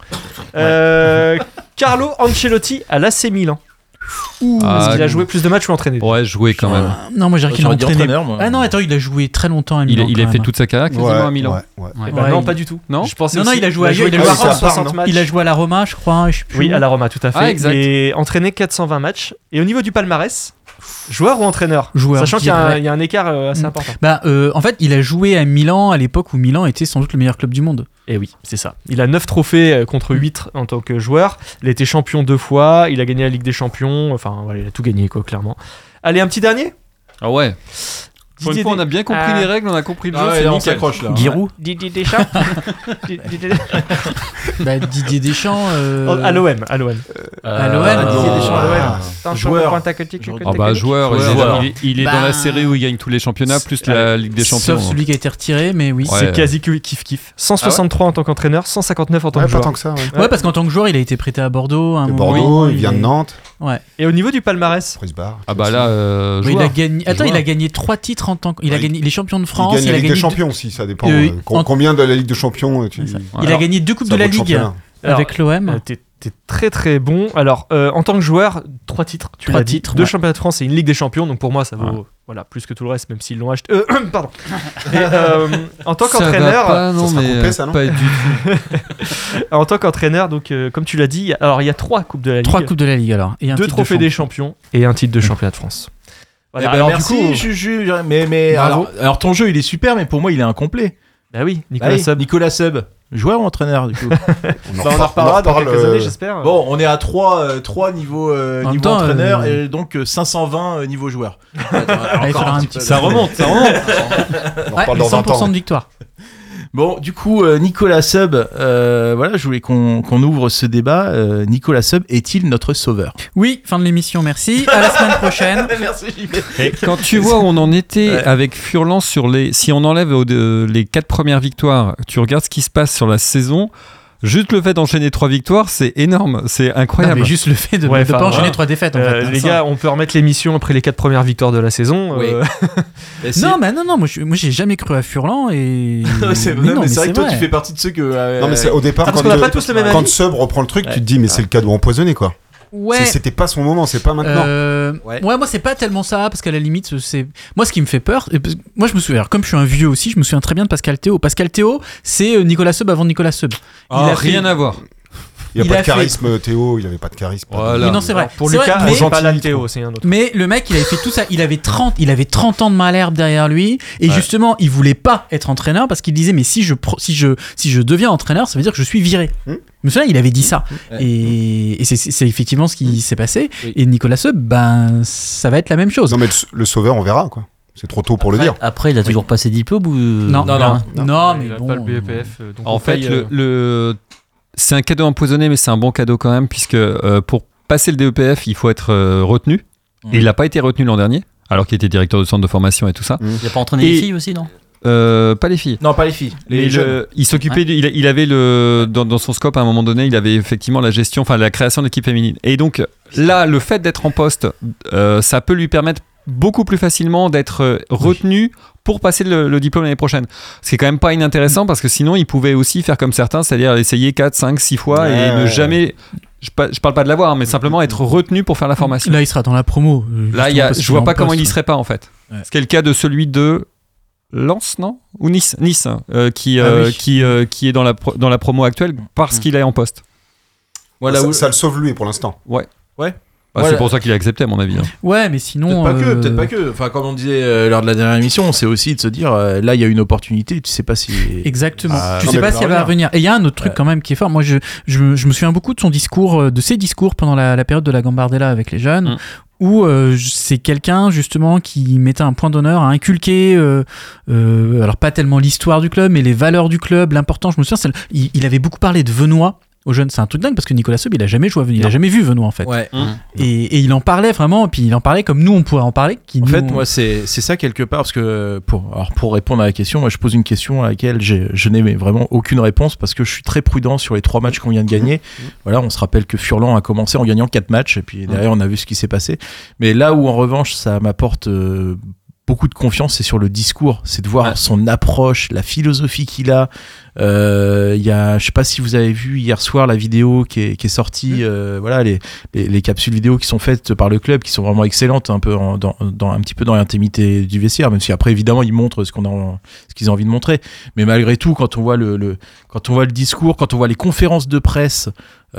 Carlo Ancelotti à l'AC Milan. Est-ce qu'il a joué plus de matchs ou entraîné? Ouais, joué quand même. Non, moi j'ai qu'il a entraîné. Ah non, attends, il a joué très longtemps à Milan. Il a fait toute sa carrière quasiment à Milan. Non, pas du tout. Non, il a joué à 60 matchs. Il a joué à la Roma, je crois. Oui, à la Roma, tout à fait. Et entraîné 420 matchs. Et au niveau du palmarès, joueur ou entraîneur? Joueur. Sachant qu'il y a un écart assez important. En fait, il a joué à Milan à l'époque où Milan était sans doute le meilleur club du monde. Et oui, c'est ça. Il a 9 trophées contre 8 en tant que joueur. Il a été champion 2 fois. Il a gagné la Ligue des Champions. Enfin, voilà, il a tout gagné, quoi, clairement. Allez, un petit dernier. Ah ouais. Pour une fois, on a bien compris les règles, on a compris le jeu. C'est on s'accroche là. Giroud. Didier Deschamps. Didier Deschamps. À l'OM. À l'OM. Didier Deschamps à l'OM. Joueur. Il est dans la série où il gagne tous les championnats, plus la Ligue des Champions. Sauf celui qui a été retiré, mais oui. C'est quasi kiff. 163 en tant qu'entraîneur, 159 en tant que joueur. Pas tant que ça, ouais, parce qu'en tant que joueur, il a été prêté à Bordeaux. Bordeaux, il vient de Nantes. Ouais. Et au niveau du palmarès, il a gagné. Attends, il a gagné 3 titres en tant que. Il a gagné les champions de France. Il gagne la Ligue des Champions aussi, ça dépend. Combien de la Ligue des Champions il a gagné 2 coupes de la Ligue avec l'OM. T'es très très bon. Alors, en tant que joueur, 3 titres. Tu l'as dit. 2 championnats de France et une Ligue des Champions. Donc pour moi, ça vaut plus que tout le reste, même s'ils l'ont acheté. Pardon. Et, en tant qu'entraîneur, pas du tout. En tant qu'entraîneur, donc comme tu l'as dit, alors il y a 3 coupes de la Ligue. 3 coupes de la Ligue alors. Et 2 trophées des champions et un titre de championnat de France. Voilà, alors merci, du coup, mais alors ton jeu il est super, mais pour moi il est incomplet. Bah oui, Nicolas Sub, joueur ou entraîneur du coup. On en reparlera dans quelques années, j'espère. Bon, on est à 3 niveau entraîneur et donc 520 niveau joueur. Ça remonte. On parle dans 100% de victoire. Bon, du coup, Nicolas Sub, je voulais qu'on ouvre ce débat. Nicolas Sub est-il notre sauveur? Oui, fin de l'émission, merci. À la semaine prochaine. Merci, JB. Et quand tu vois où on en était avec Furlan si on enlève les 4 premières victoires, tu regardes ce qui se passe sur la saison. Juste le fait d'enchaîner 3 victoires, c'est énorme, c'est incroyable. Non, mais juste le fait de ne pas enchaîner 3 défaites. En fait, les gars, on peut remettre l'émission après les 4 premières victoires de la saison. Oui. Non, moi j'ai jamais cru à Furlan et. C'est vrai que toi tu fais partie de ceux que. Non, mais au départ, quand Sub reprend le truc, tu te dis, mais c'est le cadeau empoisonné quoi. Ouais. C'était pas son moment, c'est pas maintenant. Moi c'est pas tellement ça, parce qu'à la limite, moi ce qui me fait peur, moi je me souviens, comme je suis un vieux aussi, je me souviens très bien de Pascal Théo. Pascal Théo, c'est Nicolas Sub avant Nicolas Sub. Il a rien à voir. Il n'y a pas de charisme, Théo, il avait pas de charisme. Voilà. Oui, non, c'est vrai. Pour Lucas, c'est pas la Théo, c'est un autre. Mais le mec, il avait fait tout ça. Il avait 30 ans de Malherbe derrière lui. Et justement, il voulait pas être entraîneur parce qu'il disait, mais si je deviens entraîneur, ça veut dire que je suis viré. Je me souviens, il avait dit ça. Et c'est effectivement ce qui s'est passé. Oui. Et Nicolas Sub, ça va être la même chose. Non, mais le sauveur, on verra, quoi. C'est trop tôt pour le dire. Après, il a toujours pas ses diplômes ou... Non, mais il a bon, pas le BEPF. En fait, c'est un cadeau empoisonné, mais c'est un bon cadeau quand même, puisque pour passer le DEPF, il faut être retenu. Et il n'a pas été retenu l'an dernier, alors qu'il était directeur de centre de formation et tout ça. Il n'a pas entraîné les filles aussi, non? Pas les filles. Non, pas les filles. Il s'occupait, il avait dans son scope à un moment donné, il avait effectivement la gestion, enfin la création d'équipe féminine. Et donc là, le fait d'être en poste, ça peut lui permettre beaucoup plus facilement d'être retenu pour passer le diplôme l'année prochaine. Ce qui est quand même pas inintéressant parce que sinon il pouvait aussi faire comme certains, c'est-à-dire essayer 4, 5, 6 fois et ne jamais... Je parle pas de l'avoir, mais simplement être retenu pour faire la formation. Là, il sera dans la promo. Là, je vois pas comment il y serait pas en fait. Ce qui est le cas de celui de Lens, non? Ou Nice, qui est dans la promo actuelle parce qu'il est en poste. Voilà, ça le sauve lui pour l'instant. Ouais. C'est pour ça qu'il a accepté, à mon avis. Ouais, mais sinon. Peut-être pas que. Enfin, comme on disait lors de la dernière émission, c'est aussi de se dire là, il y a une opportunité, tu sais pas si. Exactement. Tu sais pas si elle va revenir. Et il y a un autre truc quand même qui est fort. Moi, je me souviens beaucoup de son discours, de ses discours pendant la période de la Gambardella avec les jeunes. Où c'est quelqu'un justement qui mettait un point d'honneur à inculquer alors pas tellement l'histoire du club mais les valeurs du club, l'importance. Je me souviens, il avait beaucoup parlé de Venoy aux jeunes. C'est un truc dingue parce que Nicolas Seub il a jamais joué à Venoy, il a jamais vu Venoy en fait. Et il en parlait vraiment, et puis il en parlait comme nous on pourrait en parler. Moi c'est ça quelque part, parce que pour répondre à la question, moi je pose une question à laquelle je n'ai vraiment aucune réponse, parce que je suis très prudent sur les 3 matchs qu'on vient de gagner. Voilà, on se rappelle que Furlan a commencé en gagnant 4 matchs et puis derrière on a vu ce qui s'est passé. Mais là où en revanche ça m'apporte beaucoup de confiance, c'est sur le discours, c'est de voir son approche, la philosophie qu'il a. Je sais pas si vous avez vu hier soir la vidéo qui est sortie, voilà, les capsules vidéo qui sont faites par le club, qui sont vraiment excellentes, un peu un petit peu dans l'intimité du vestiaire, même si après évidemment ils montrent ce qu'ils ont envie de montrer. Mais malgré tout, quand on voit quand on voit le discours, quand on voit les conférences de presse,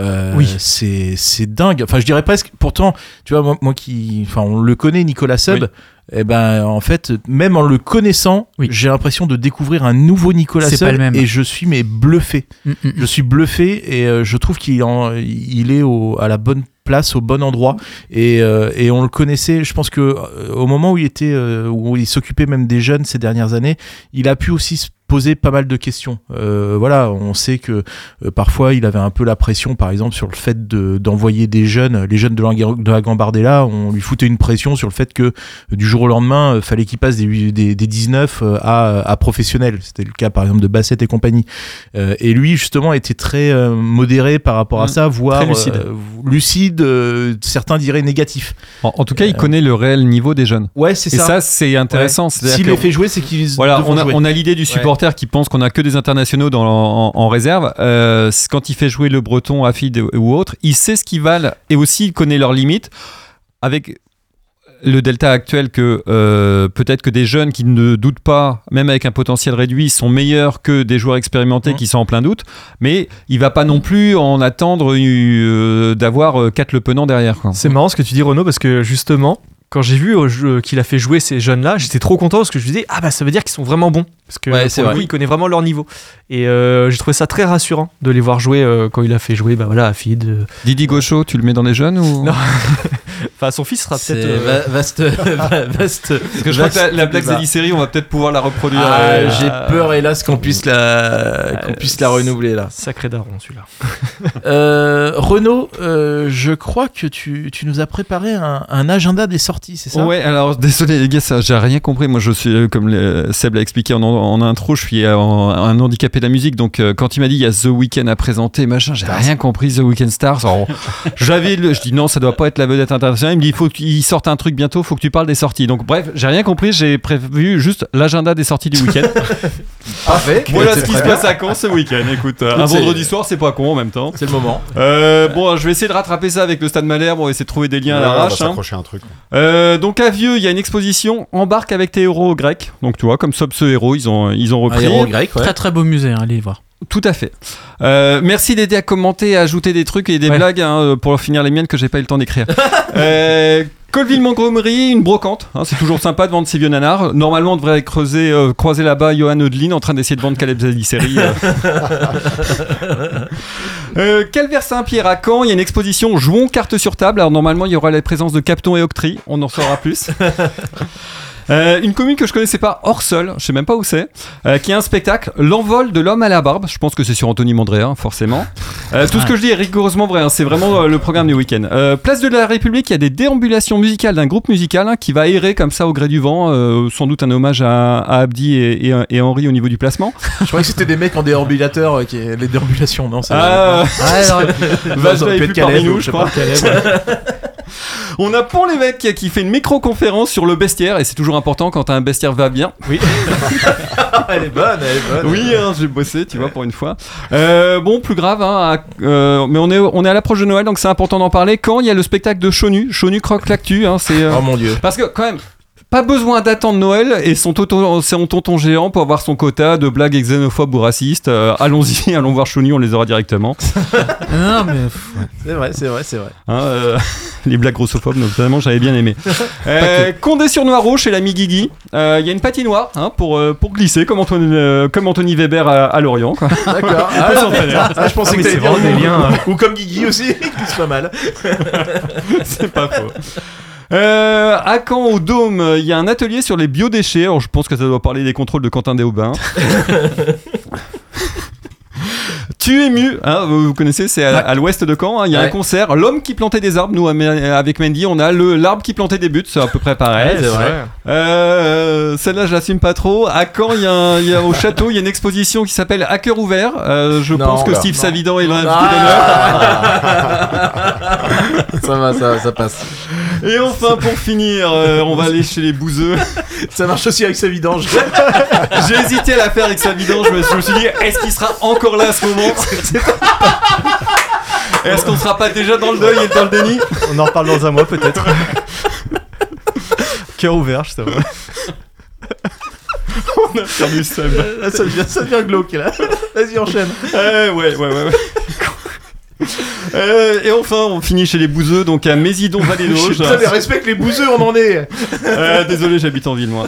c'est dingue. Enfin, je dirais presque. Pourtant, tu vois, moi on le connaît, Nicolas Seub. Et ben, en fait, même en le connaissant, j'ai l'impression de découvrir un nouveau Nicolas Seub, et je suis bluffé. Je suis bluffé, et je trouve qu'il est à la bonne place, au bon endroit, et on le connaissait. Je pense que au moment où il s'occupait même des jeunes ces dernières années, il a pu aussi se poser pas mal de questions. Voilà, on sait que parfois il avait un peu la pression, par exemple sur le fait d'envoyer les jeunes de la Gambardella. On lui foutait une pression sur le fait que du jour au lendemain fallait qu'il passe des 19 à professionnel. C'était le cas par exemple de Bassett et compagnie. Et lui justement était très modéré par rapport à ça, voire lucide, certains diraient négatif. En tout cas, il connaît le réel niveau des jeunes. Ouais, c'est ça. Et ça, c'est intéressant. S'il les fait jouer, c'est qu'ils on a l'idée du supporter qui pense qu'on a que des internationaux en réserve. Quand il fait jouer le Breton, Afid ou autre, il sait ce qu'ils valent, et aussi il connaît leurs limites. Avec le delta actuel, que peut-être que des jeunes qui ne doutent pas, même avec un potentiel réduit, sont meilleurs que des joueurs expérimentés qui sont en plein doute, mais il va pas non plus en attendre d'avoir 4 Le Penant derrière, quoi. C'est marrant ce que tu dis, Renaud, parce que justement, quand j'ai vu qu'il a fait jouer ces jeunes-là, j'étais trop content, parce que je me disais, ça veut dire qu'ils sont vraiment bons, parce que il connaît vraiment leur niveau. Et j'ai trouvé ça très rassurant de les voir jouer quand il a fait jouer Afid. Didi Gaucho, tu le mets dans les jeunes ou... Non. Enfin, son fils sera peut-être vaste. Parce que je crois que la Black Zeddy série, on va peut-être pouvoir la reproduire. J'ai peur, hélas, qu'on puisse la renouveler là. Sacré daron celui-là. Renaud, je crois que tu nous as préparé un agenda des sorties, c'est ça? Ouais, alors désolé les gars, ça j'ai rien compris. Moi je suis, comme Seb l'a expliqué en intro, je suis un handicapé de la musique, donc quand il m'a dit il y a The Weeknd à présenter, machin, j'ai rien compris. The Weeknd Stars. Alors, je dis non, ça doit pas être la vedette internationale. Il me dit il faut qu'il sorte un truc bientôt, faut que tu parles des sorties. Donc bref, j'ai rien compris, j'ai prévu juste l'agenda des sorties du week-end. Parfait. Voilà ce qui se passe à Caen ce week-end. Écoute, un vendredi soir, c'est pas con en même temps. C'est le moment. Bon, je vais essayer de rattraper ça avec le Stade Malherbe. On va essayer de trouver des liens à l'arrache. On va s'accrocher un truc. Donc à Vieux, il y a une exposition Embarque avec tes héros grecs. Donc tu vois, comme ce héros, ils ont repris. Un héros grec, ouais. Très très beau musée, allez voir. Tout à fait. Merci d'aider à commenter, à ajouter des trucs et des blagues pour finir les miennes que j'ai pas eu le temps d'écrire. Colville-Montgomery, une brocante. C'est toujours sympa de vendre ces vieux nanars. Normalement, on devrait croiser là-bas Johan Odelin en train d'essayer de vendre Caleb Zaliseri. Calvaire-Saint-Pierre à Caen, il y a une exposition Jouons cartes sur table. Alors normalement, il y aura la présence de Capton et Octree. On en saura plus. Une commune que je connaissais pas, Orseul, je sais même pas où c'est, qui a un spectacle, L'envol de l'homme à la barbe. Je pense que c'est sur Anthony Mandrea, forcément. Tout ce que je dis est rigoureusement vrai, c'est vraiment le programme du week-end. Place de la République, il y a des déambulations musicales d'un groupe musical qui va errer comme ça au gré du vent, sans doute un hommage à Abdi et Henri au niveau du placement. Je croyais que c'était des mecs en déambulateur, les déambulations, non? Vajda est plus parmi nous, je crois. On a Pont-l'Évêque qui fait une micro-conférence sur le bestiaire, et c'est toujours important quand un bestiaire va bien. Oui. Elle est bonne. Oui, j'ai bossé, tu vois, pour une fois. Bon, plus grave, mais on est à l'approche de Noël, donc c'est important d'en parler. Quand il y a le spectacle de Chonu Croque l'actu, c'est. Oh mon Dieu. Parce que quand même. Pas besoin d'attendre Noël et son tonton géant pour avoir son quota de blagues xénophobes ou racistes. Allons-y, allons voir Chouni, on les aura directement. Non, mais. C'est vrai. Les blagues grossophobes, notamment, j'avais bien aimé. Condé sur Noireau chez l'ami Guigui. Il y a une patinoire pour glisser, comme Anthony Weber à Lorient. Quoi. D'accord. Je pensais que t'allais dire des liens. Ou comme Guigui aussi, qui glisse pas mal. C'est pas faux. À Caen, au Dôme, il y a un atelier sur les biodéchets. Alors, je pense que ça doit parler des contrôles de Quentin Déaubin. Tu es mu, hein, vous connaissez, c'est à l'ouest de Caen. Il y a un concert, l'homme qui plantait des arbres. Nous, avec Mendy, on a l'arbre qui plantait des buts. C'est à peu près pareil. Ouais, c'est vrai. Celle-là, je l'assume pas trop. À Caen, il y a au château, il y a une exposition qui s'appelle À cœur ouvert. Je pense que Steve Savidan est l'invité d'honneur. Ça passe. Et enfin, pour finir, on va aller chez les bouseux. Ça marche aussi avec sa vidange. J'ai hésité à la faire avec sa vidange. Je me suis dit, est-ce qu'il sera encore là à ce moment? Est-ce qu'on sera pas déjà dans le deuil et dans le déni? On en reparle dans un mois peut-être. Cœur ouvert, je sais pas. On a perdu Seb. Ça devient glauque là. Vas-y, enchaîne. Ouais. Et enfin, on finit chez les bouseux, donc à Mésidon-Vallée-d'Auge. Putain, mais respecte les bouseux, on en est. Désolé, j'habite en ville, moi.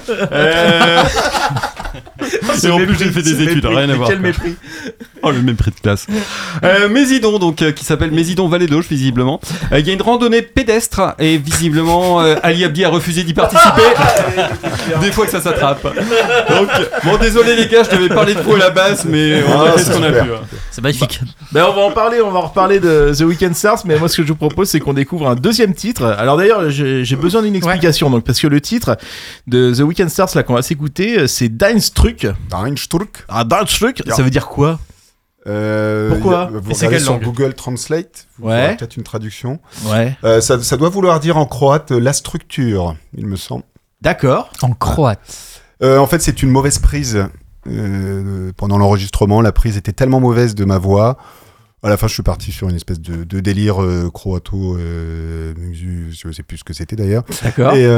Et en plus, j'ai fait des études, rien à voir. Quel mépris. Oh, le mépris de classe. Mésidon, donc, qui s'appelle Mésidon-Vallée-d'Auge, visiblement. Il y a une randonnée pédestre, et visiblement, Ali Abdi a refusé d'y participer. Des fois que ça s'attrape. Donc, bon, désolé les gars, je devais parler de vous à la base, mais on a fait ce qu'on a pu. C'est magnifique. Ben on va en reparler de The Weekend Stars, mais moi ce que je vous propose c'est qu'on découvre un deuxième titre. Alors d'ailleurs j'ai besoin d'une explication, donc parce que le titre de The Weekend Stars là qu'on va s'écouter c'est Deinstruck. Deinstruck, ça veut dire quoi? Pourquoi? Vous regardez sur Google Translate, vous aurez peut-être une traduction. Ouais. Ça doit vouloir dire en croate la structure, il me semble. D'accord. En croate. En fait, c'est une mauvaise prise. Pendant l'enregistrement, la prise était tellement mauvaise de ma voix. À la fin, je suis parti sur une espèce de délire croato. Je sais plus ce que c'était d'ailleurs. D'accord. Et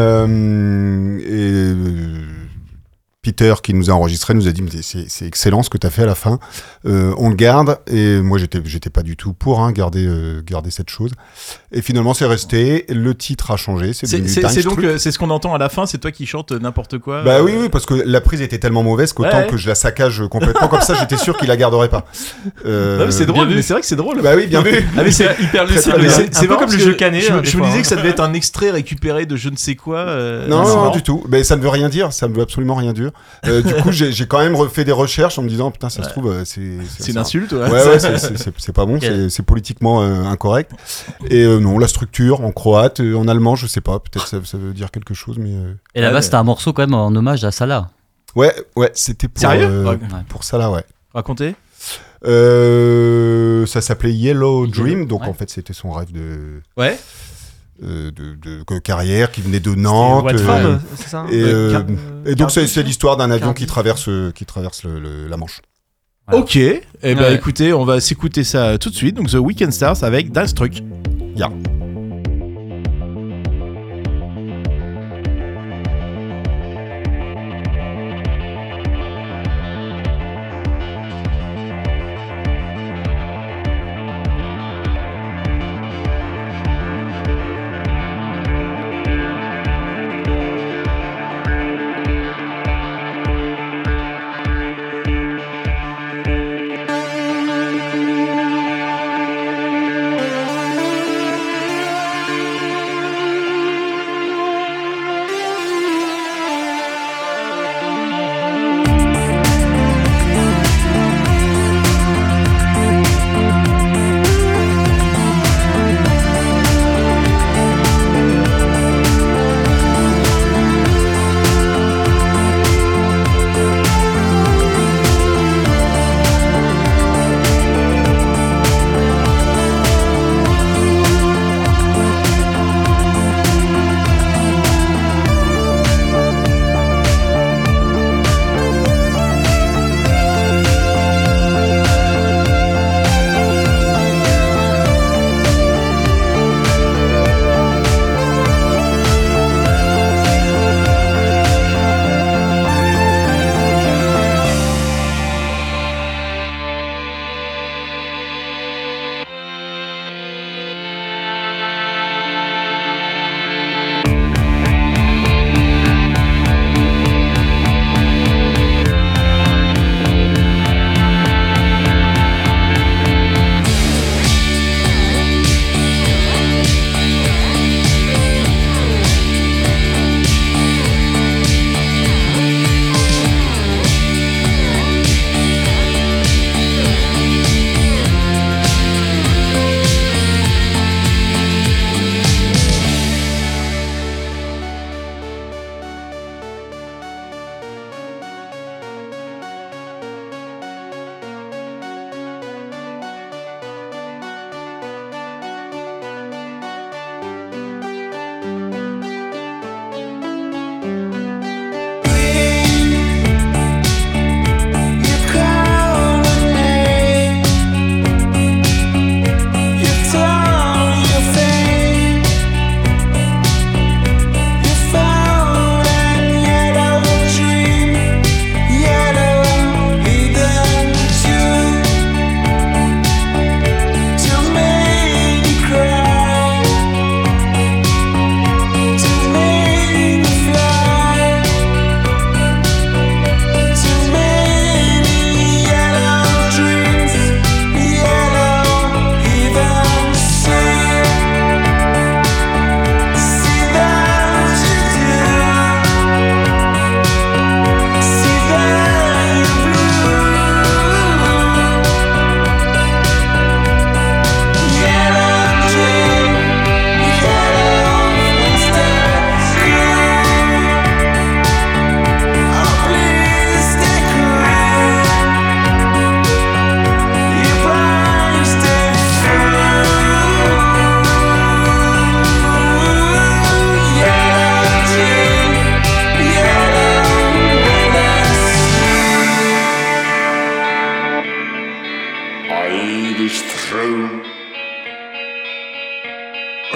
Peter, qui nous a enregistré, nous a dit mais c'est excellent ce que tu as fait à la fin. On le garde. Et moi, j'étais pas du tout pour garder cette chose. Et finalement, c'est resté. Le titre a changé. C'est donc c'est ce qu'on entend à la fin. C'est toi qui chantes n'importe quoi. Bah oui, parce que la prise était tellement mauvaise qu'autant que je la saccage complètement comme ça, j'étais sûr qu'il la garderait pas. Non, mais c'est drôle. Mais c'est vrai que c'est drôle. Bah oui, bien vu. Ah, mais c'est hyper lucide. C'est un peu comme le jeu canet. Je me disais que ça devait être un extrait récupéré de je ne sais quoi. Non, du tout. Mais ça ne veut rien dire. Ça ne veut absolument rien dire. Du coup, j'ai quand même refait des recherches en me disant putain, ça se trouve, c'est une insulte. Ouais, c'est pas bon. C'est politiquement incorrect. Et non, la structure en croate, en allemand, je sais pas. Peut-être ça veut dire quelque chose, mais. Et là-bas, c'était un morceau quand même en hommage à Salah. Ouais, c'était pour. Sérieux pour Salah, ouais. Racontez. Ça s'appelait Yellow Dream, donc en fait, c'était son rêve de. Ouais. De carrière qui venait de Nantes. C'est ça. Et donc c'est l'histoire d'un avion qui traverse la Manche. Voilà. Ok, écoutez, on va s'écouter ça tout de suite. Donc The Weekend Stars avec Deinstruck. Yeah.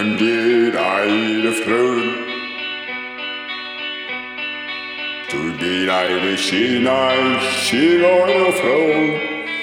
Indeed, I the throne. To be like the she on the throne.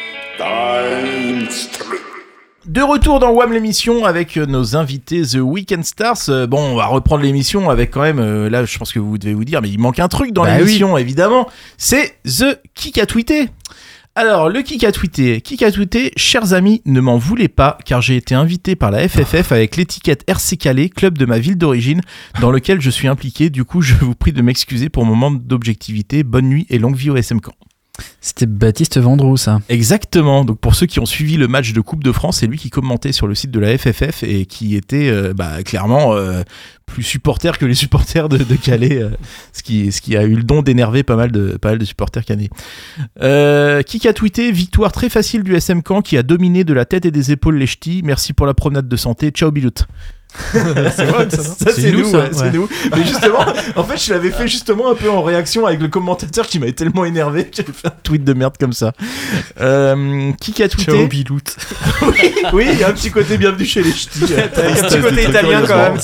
De retour dans WAM l'émission avec nos invités The Weekend Stars. Bon, on va reprendre l'émission avec quand même, là je pense que vous devez vous dire, mais il manque un truc dans l'émission évidemment, c'est The Kick a tweeté. Alors, le Kick a tweeté, chers amis, ne m'en voulez pas, car j'ai été invité par la FFF avec l'étiquette RC Calais, club de ma ville d'origine, dans lequel je suis impliqué. Du coup, je vous prie de m'excuser pour mon manque d'objectivité. Bonne nuit et longue vie au SM Caen. C'était Baptiste Vendroux, ça. Exactement. Donc pour ceux qui ont suivi le match de Coupe de France, c'est lui qui commentait sur le site de la FFF et qui était clairement plus supporter que les supporters de Calais, ce qui a eu le don d'énerver pas mal de supporters canadiens. Qui a tweeté: victoire très facile du SM Caen qui a dominé de la tête et des épaules les ch'tis. Merci pour la promenade de santé. Ciao Bilout. C'est vrai, ça, c'est nous, c'est nous. Mais justement, en fait, je l'avais fait justement un peu en réaction avec le commentateur qui m'avait tellement énervé que j'avais fait un tweet de merde comme ça. Qui a tweeté? Ciao Bilout. Oui, il y a un petit côté bienvenue chez les ch'tis. T'as un petit côté italien quand même,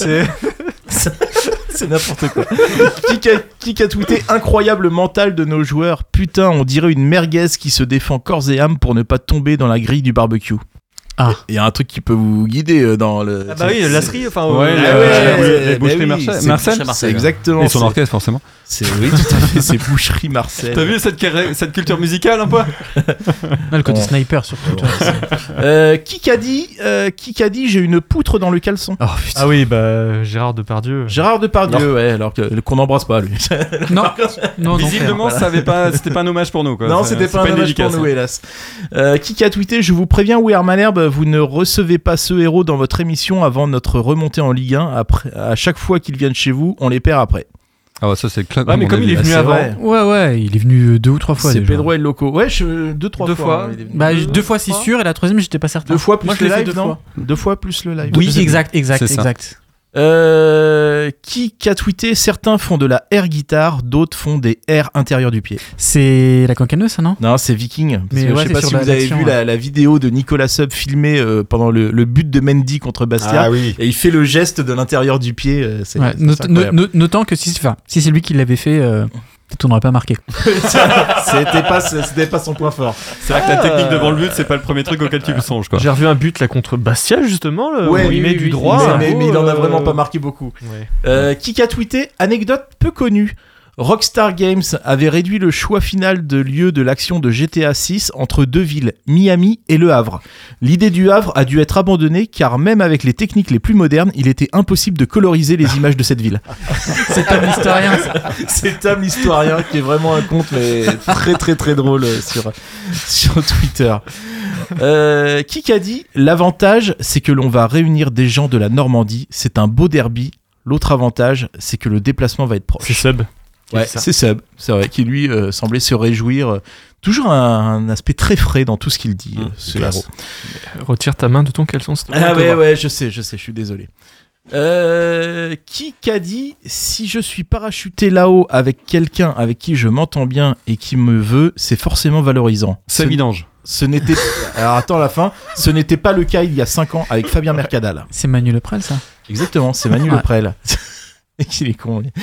c'est n'importe quoi. Qui a tweeté: incroyable mental de nos joueurs. Putain, on dirait une merguez qui se défend corps et âme pour ne pas tomber dans la grille du barbecue. Ah. Il y a un truc qui peut vous guider dans le. Ah bah oui, lasserie, enfin. Les boucheries Marcel. C'est exactement. Et son orchestre, forcément. Oui, tout à fait, c'est Boucherie Marcel. T'as vu cette culture musicale un peu? Le côté sniper surtout. Qui a dit j'ai une poutre dans le caleçon? Oh, putain. Ah oui, bah Gérard Depardieu. Ouais, alors qu'on n'embrasse pas lui. Non, visiblement, c'était pas un hommage pour nous, quoi. Non, c'était pas un hommage pour nous, hélas. Qui a tweeté: je vous préviens, We Are Malherbe, vous ne recevez pas ce héros dans votre émission avant notre remontée en Ligue 1. Après, à chaque fois qu'ils viennent chez vous, on les perd après. Ah ouais, ça c'est clair. Ouais, mais comme il est venu avant. Ouais, il est venu 2 ou 3 fois. C'est déjà. Pedro El Loco. Ouais, 2-3 fois. Bah, 2 fois c'est sûr, et la troisième j'étais pas certain. 2 fois plus Moi, le je l'ai fait live, 2 non fois. 2 fois plus le live. Oui, exact. Qui a tweeté: certains font de la air guitare, d'autres font des airs intérieurs du pied. C'est la cancaneuse, ça, non? Non, c'est Viking. Parce que je sais pas si vous avez vu la vidéo de Nicolas Sub filmée pendant le but de Mendy contre Bastia. Ah oui. Et il fait le geste de l'intérieur du pied. Notant que si c'est lui qui l'avait fait, peut-être on n'aurait pas marqué. C'était pas son point fort. C'est vrai que la technique devant le but, c'est pas le premier truc auquel tu le songes, quoi. J'ai revu un but là contre Bastia justement, où il met du droit. Mais il en a vraiment pas marqué beaucoup. Ouais. Qui a tweeté: anecdote peu connue. Rockstar Games avait réduit le choix final de lieu de l'action de GTA 6 entre 2 villes, Miami et Le Havre. L'idée du Havre a dû être abandonnée car même avec les techniques les plus modernes, il était impossible de coloriser les images de cette ville. C'est Tom l'historien. C'est Tom l'historien qui est vraiment un compte mais très très très drôle sur Twitter. Qui a dit: l'avantage c'est que l'on va réunir des gens de la Normandie, c'est un beau derby. L'autre avantage c'est que le déplacement va être proche. C'est Sub. Ouais, c'est Seb, c'est vrai, qui lui semblait se réjouir. Toujours un aspect très frais dans tout ce qu'il dit, ce héros. Retire ta main de ton caleçon. Ah ouais, je sais, je suis désolé. Qui a dit: si je suis parachuté là-haut avec quelqu'un avec qui je m'entends bien et qui me veut, c'est forcément valorisant. C'est vidange. Ce n'était... Alors attends la fin. Ce n'était pas le cas il y a 5 ans avec Fabien Mercadal. C'est Manu Leprel, ça. Exactement, c'est Manu Leprel. Il est con, lui.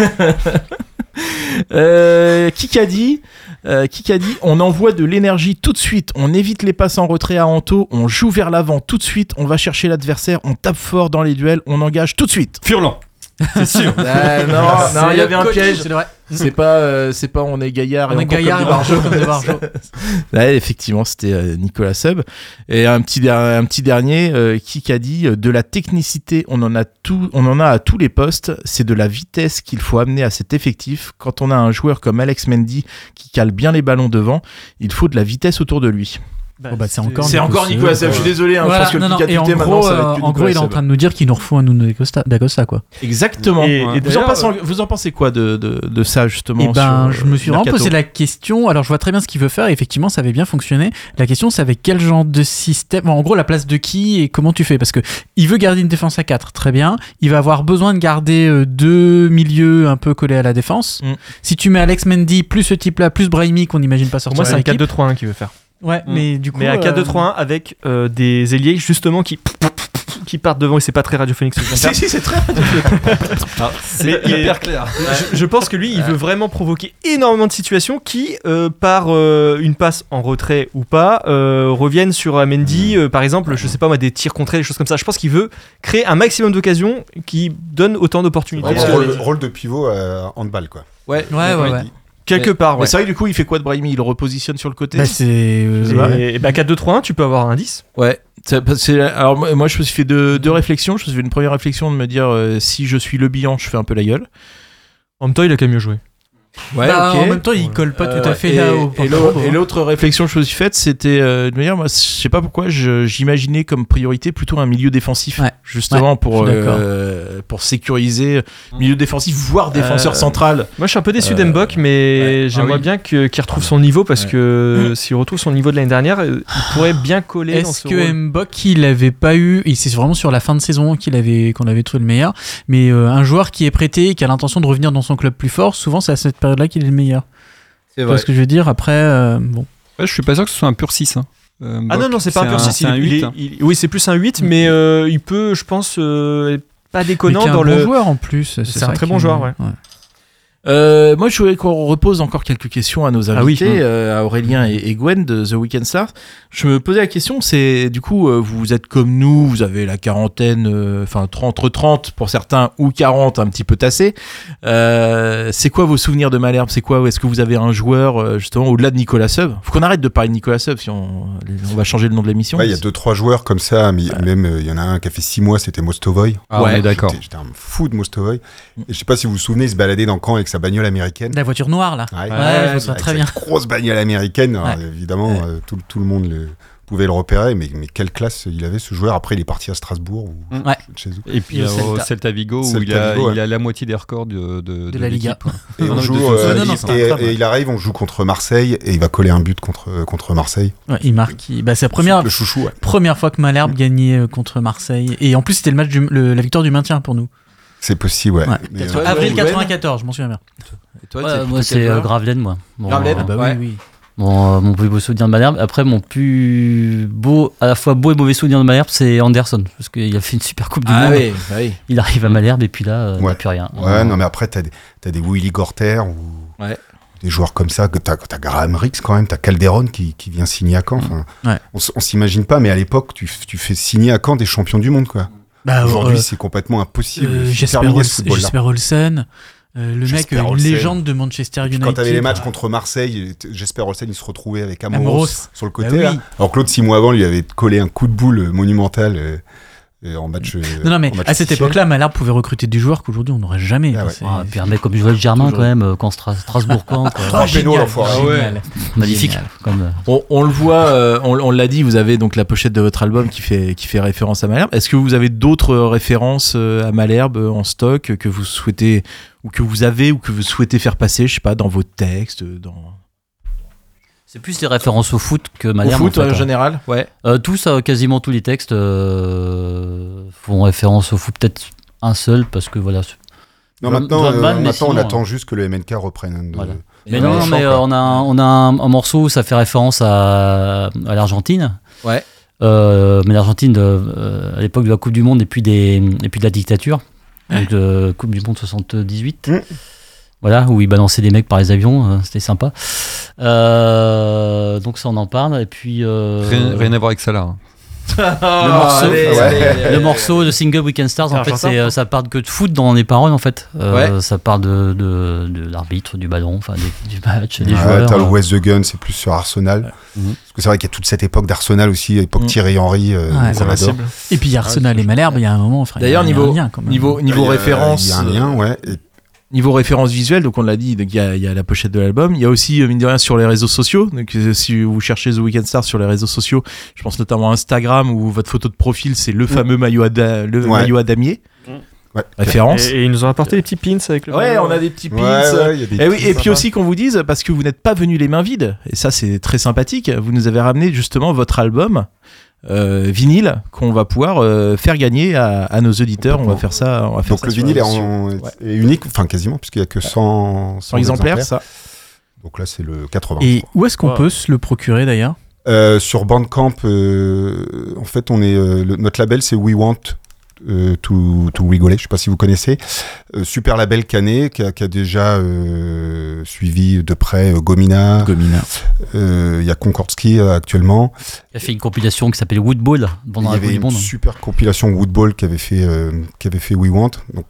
Qui a dit on envoie de l'énergie tout de suite, on évite les passes en retrait à Anto, on joue vers l'avant tout de suite, on va chercher l'adversaire, on tape fort dans les duels, on engage tout de suite. Furlan. C'est sûr. Non, il y avait un piège. C'est pas on est Gaillard et on est Gaillard et Barjot comme de Barjot. Ouais, effectivement, c'était Nicolas Sub. Et un petit dernier qui a dit: de la technicité, on en a à tous les postes, c'est de la vitesse qu'il faut amener à cet effectif. Quand on a un joueur comme Alex Mendy qui cale bien les ballons devant, il faut de la vitesse autour de lui. C'est encore Nicolas Seb, je suis désolé, je pense que le Pic a tweeté maintenant, ça va être en gros, il est en train de nous dire qu'il nous refout un Nuno d'Acosta, quoi. Exactement. Et vous en pensez quoi de ça, justement? Je me suis vraiment posé la question. Alors, je vois très bien ce qu'il veut faire, et effectivement, ça avait bien fonctionné. La question, c'est avec quel genre de système, en gros, la place de qui et comment tu fais? Parce que il veut garder une défense à 4, très bien. Il va avoir besoin de garder 2 milieux un peu collés à la défense. Si tu mets Alex Mendy, plus ce type-là, plus Brahimi, qu'on n'imagine pas sortir. Pour moi, c'est un 4-2-3-1 qu'il veut faire. Ouais, mais du coup. Mais à 4-2-3-1 avec des ailiers justement qui qui partent devant et c'est pas très radiophonique ce que je viens de faire. Si, c'est très radiophonique. C'est hyper clair. Je pense que lui, il veut vraiment provoquer énormément de situations qui, par une passe en retrait ou pas, reviennent sur Mendy, par exemple, je sais pas moi, des tirs contrés, des choses comme ça. Je pense qu'il veut créer un maximum d'occasions qui donnent autant d'opportunités. Rôle de pivot handball, quoi. Ouais. Quelque part, ouais. C'est vrai que du coup, il fait quoi de Brahimi? Il le repositionne sur le côté? Bah, c'est. Et 4-2-3-1, tu peux avoir un 10. Ouais. Alors, moi, je me suis fait deux réflexions. Je me suis fait une première réflexion de me dire si je suis Le Bihan, je fais un peu la gueule. En même temps, il a qu'à mieux jouer. Ouais, bah, ok. En même temps, il colle pas tout à fait là au et l'autre réflexion que je me suis faite, c'était de me dire, moi, je sais pas pourquoi, j'imaginais comme priorité plutôt un milieu défensif, justement pour sécuriser milieu défensif, voire défenseur central. Moi, je suis un peu déçu d'Mbok, mais j'aimerais bien qu'il retrouve son niveau parce que s'il retrouve son niveau de l'année dernière, il pourrait bien coller. Est-ce que Mbok, il avait pas eu, et c'est vraiment sur la fin de saison qu'on avait trouvé le meilleur, mais un joueur qui est prêté et qui a l'intention de revenir dans son club plus fort, souvent c'est à cette période-là qu'il est le meilleur. C'est vrai. C'est ce que je veux dire. Après, bon. Ouais, je suis pas sûr que ce soit un pur 6. Non, c'est pas un pur 6. C'est un 8. Oui, c'est plus un 8, mais il peut, je pense, pas déconnant dans le. C'est un bon joueur en plus. C'est un très bon joueur, ouais. Moi, je voulais qu'on repose encore quelques questions à nos invités, à Aurélien et Gwen de The Weekend Stars. Je me posais la question, c'est du coup, vous êtes comme nous, vous avez la quarantaine, enfin entre 30 pour certains ou 40 un petit peu tassé. C'est quoi vos souvenirs de Malherbe? C'est quoi? Est-ce que vous avez un joueur justement au-delà de Nicolas Seub? Faut qu'on arrête de parler de Nicolas Seub, si on va changer le nom de l'émission. Il y a 2-3 joueurs comme ça, mais même il y en a un qui a fait 6 mois, c'était Mostovoy. On est d'accord. J'étais un fou de Mostovoy. Et je sais pas si vous vous souvenez, il se baladait dans le camp avec sa bagnole américaine. La voiture noire là. Ouais, je me souviens très bien. Grosse bagnole américaine. Alors, évidemment, tout le monde pouvait le repérer, mais quelle classe il avait ce joueur. Après, il est parti à Strasbourg ou chez eux. Et puis au Celta Vigo, où il a la moitié des records de la Liga. Et on joue, et il arrive, on joue contre Marseille et il va coller un but contre Marseille. Ouais, il marque. C'est la première fois que Malherbe gagnait contre Marseille. Et en plus, c'était le match la victoire du maintien pour nous. C'est possible, ouais. Mais, avril 94, je m'en souviens bien. Et toi, moi, c'est Gravelaine, moi. Gravelaine, oui. Mon plus beau souvenir de Malherbe. Après, mon plus beau, à la fois beau et mauvais souvenir de Malherbe, c'est Anderson. Parce qu'il a fait une super Coupe du Monde. Oui. Il arrive à Malherbe et puis là, il n'y a plus rien. Ouais, non, mais après, t'as des Willy Gorter ou des joueurs comme ça. T'as Graham Rix quand même, t'as Calderon qui vient signer à Caen. On s'imagine pas, mais à l'époque, tu fais signer à Caen des champions du monde, quoi. Aujourd'hui, c'est complètement impossible. Jesper Olsen. Le mec, une légende de Manchester United. Quand t'avais les matchs contre Marseille, Jesper Olsen, il se retrouvait avec Amoros sur le côté. Là. Alors Claude, 6 mois avant, lui avait collé un coup de boule monumental en match. Non, mais à cette époque-là, Malherbe pouvait recruter des joueurs qu'aujourd'hui on n'aurait jamais. Puis un mec comme Joël Germain, quand même, quand Strasbourg-Caen. Magnifique. On le voit, on l'a dit, vous avez donc la pochette de votre album qui fait référence à Malherbe. Est-ce que vous avez d'autres références à Malherbe en stock que vous souhaitez, ou que vous avez, ou que vous souhaitez faire passer, je sais pas, dans vos textes, C'est plus des références au foot que Malherbe. Au foot en général, ouais. Quasiment tous les textes font référence au foot, peut-être un seul, parce que voilà. Non, maintenant on attend juste que le MNK reprenne. Mais on a un morceau où ça fait référence à l'Argentine. Ouais. Mais l'Argentine, à l'époque de la Coupe du Monde et puis de la dictature. Donc Coupe du Monde 78. Voilà, où ils balançaient des mecs par les avions, c'était sympa. Donc ça, on en parle. Et puis rien à voir avec ça là. Le morceau de Single Weekend Stars, en fait, ça parle que de foot dans les paroles, en fait. Ça parle de l'arbitre, du ballon, enfin du match, des joueurs. T'as le West the Gun, c'est plus sur Arsenal. Parce que c'est vrai qu'il y a toute cette époque d'Arsenal aussi, l'époque Thierry Henry. qu'on adore. Et puis Arsenal et Malherbe, il y a un moment. D'ailleurs, niveau référence, il y a un lien, ouais. Niveau référence visuelle, donc on l'a dit, il y a la pochette de l'album. Il y a aussi, mine de rien, sur les réseaux sociaux. Donc, si vous cherchez The Weekend Stars sur les réseaux sociaux, je pense notamment à Instagram, où votre photo de profil, c'est le fameux maillot à damier. Ouais. Référence. Et ils nous ont apporté des petits pins avec le. Ouais, on a des petits pins. Et puis aussi qu'on vous dise, parce que vous n'êtes pas venus les mains vides. Et ça, c'est très sympathique. Vous nous avez ramené justement votre album. Vinyle qu'on va pouvoir faire gagner à nos auditeurs. On va faire ça. Donc le vinyle est unique, enfin quasiment, puisqu'il n'y a que 100 exemplaires. Ça. Donc là, c'est le 80. Et où est-ce qu'on peut se le procurer d'ailleurs? Sur Bandcamp, en fait, notre label, c'est We Want to rigoler. Je sais pas si vous connaissez. Super label canet qui a déjà suivi de près Gomina. Il y a Concord Ski actuellement. Il a fait une compilation qui s'appelle Woodball pendant la Coupe du Monde. Il y avait une super compilation Woodball qu'avait fait We Want. Donc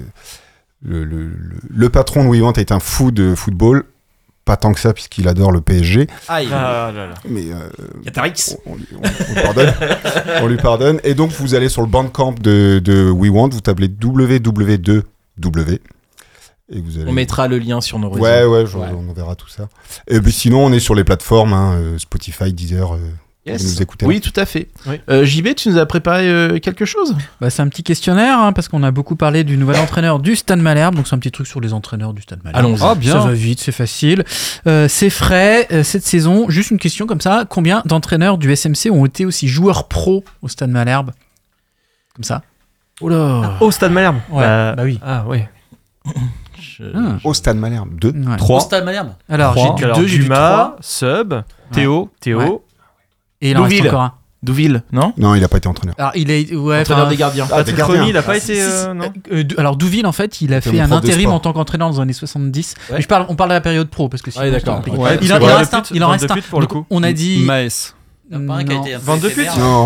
le patron de We Want est un fou de football. Pas tant que ça, puisqu'il adore le PSG. Mais Qatarix. On lui pardonne. Et donc, vous allez sur le Bandcamp de We Want, vous tapez www. Et vous allez... On mettra le lien sur nos réseaux. On verra tout ça. Et puis sinon, on est sur les plateformes, Spotify, Deezer. Vous nous écoutez. Oui, tout à fait. Oui. JB, tu nous as préparé quelque chose ? C'est un petit questionnaire, parce qu'on a beaucoup parlé du nouvel entraîneur du Stade Malherbe. Donc c'est un petit truc sur les entraîneurs du Stade Malherbe. Allons-y. Bien. Ça va vite, c'est facile. C'est frais cette saison. Juste une question comme ça. Combien d'entraîneurs du SMC ont été aussi joueurs pro au Stade Malherbe ? Comme ça. Au Stade Malherbe. Bah oui. Ah oui. Au Stade Malherbe. 2, 3. Au Stade Malherbe. Alors j'ai du 2, j'ai du 3. Sub, Théo. Ouais. Et il en reste encore un. Douville, non ? Non, il n'a pas été entraîneur. Alors, il est entraîneur des gardiens. Patrick Remy, il n'a pas été. Non. Alors, Douville, en fait, il a fait un intérim en tant qu'entraîneur dans les années 70. Ouais. Mais on parle de la période pro, parce que sinon, d'accord. Il en reste un. Pour le coup. On a dit. Maes. Van de Put. Non.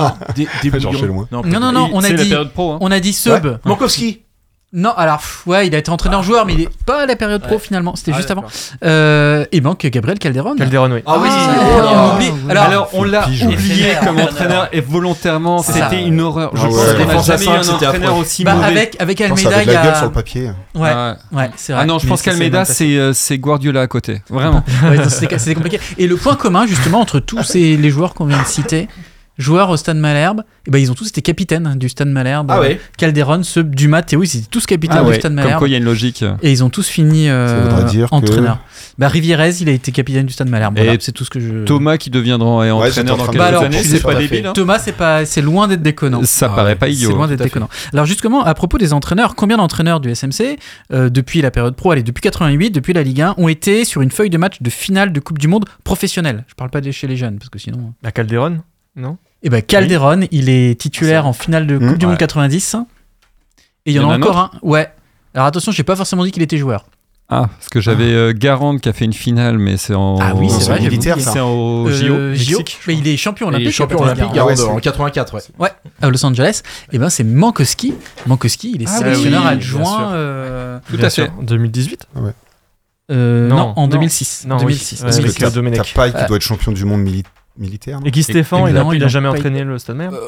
Non, on a dit. C'est la période pro. On a dit Sub. Mankowski. Non, alors, il a été entraîneur-joueur, mais il est pas à la période pro finalement, c'était juste avant. Et manque Gabriel Calderon. Oui. Ah oui, Alors, on l'a oublié comme entraîneur et volontairement, c'était une horreur. Je pense qu'on n'a jamais eu un entraîneur aussi mauvais. Avec Almeida, il y a gueule sur le papier. Ouais, c'est vrai. Ah non, je pense qu'Almeida, c'est Guardiola à côté. Vraiment. C'était compliqué. Et le point commun, justement, entre tous les joueurs qu'on vient de citer, joueurs au Stade Malherbe, ils ont tous été capitaines du Stade Malherbe. Calderon, Sub, Dumas, Théo, ils étaient tous capitaines du Stade Malherbe. Comme quoi, il y a une logique. Et ils ont tous fini entraîneurs. Rivierez, il a été capitaine du Stade Malherbe. Voilà, c'est tout ce que je. Thomas qui deviendra entraîneur dans quelques années, c'est pas débile. Thomas, c'est loin d'être déconnant. Ça paraît pas idiot. C'est loin d'être déconnant. Alors justement, à propos des entraîneurs, combien d'entraîneurs du SMC, depuis la période pro, depuis 88, depuis la Ligue 1, ont été sur une feuille de match de finale de Coupe du Monde professionnelle ? Je parle pas de chez les jeunes, parce que sinon. Calderon, non ? Calderon, il est titulaire en finale de Coupe du Monde 90. Et il y en a encore un. Ouais. Alors attention, j'ai pas forcément dit qu'il était joueur. Ah, parce que j'avais Garand qui a fait une finale, mais c'est en. Ah oui, c'est vrai, militaire, c'est au JO. Mais il est champion olympique. Il est champion olympique en 84, ouais. À Los Angeles. Et c'est Mankowski. Mankowski, il est sélectionneur adjoint. Tout à fait. En 2018 Non, en 2006. Non, 2006. T'as Paille qui doit être champion du monde militaire. Et Guy Stéphane, il a jamais entraîné le Stade Malherbe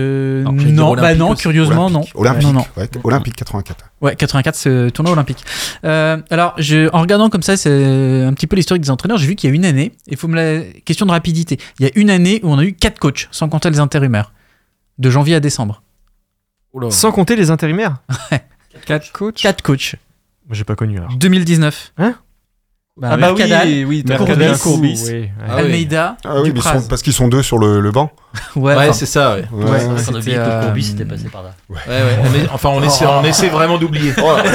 Non, curieusement, non. Olympique 84. Ouais, 84, c'est tournoi olympique. Alors, en regardant comme ça, c'est un petit peu l'historique des entraîneurs, j'ai vu qu'il y a une année, il faut question de rapidité, il y a une année où on a eu 4 coachs, sans compter les intérimaires, de janvier à décembre. Sans compter les intérimaires 4 coachs 4 coachs. Moi, j'ai pas connu alors. 2019. Hein Mercadal, Courbis, Almeida, Dupraz. Parce qu'ils sont deux sur le banc. Ouais, c'est ça. On a oublié que Courbis était passé par là. On essaie vraiment d'oublier.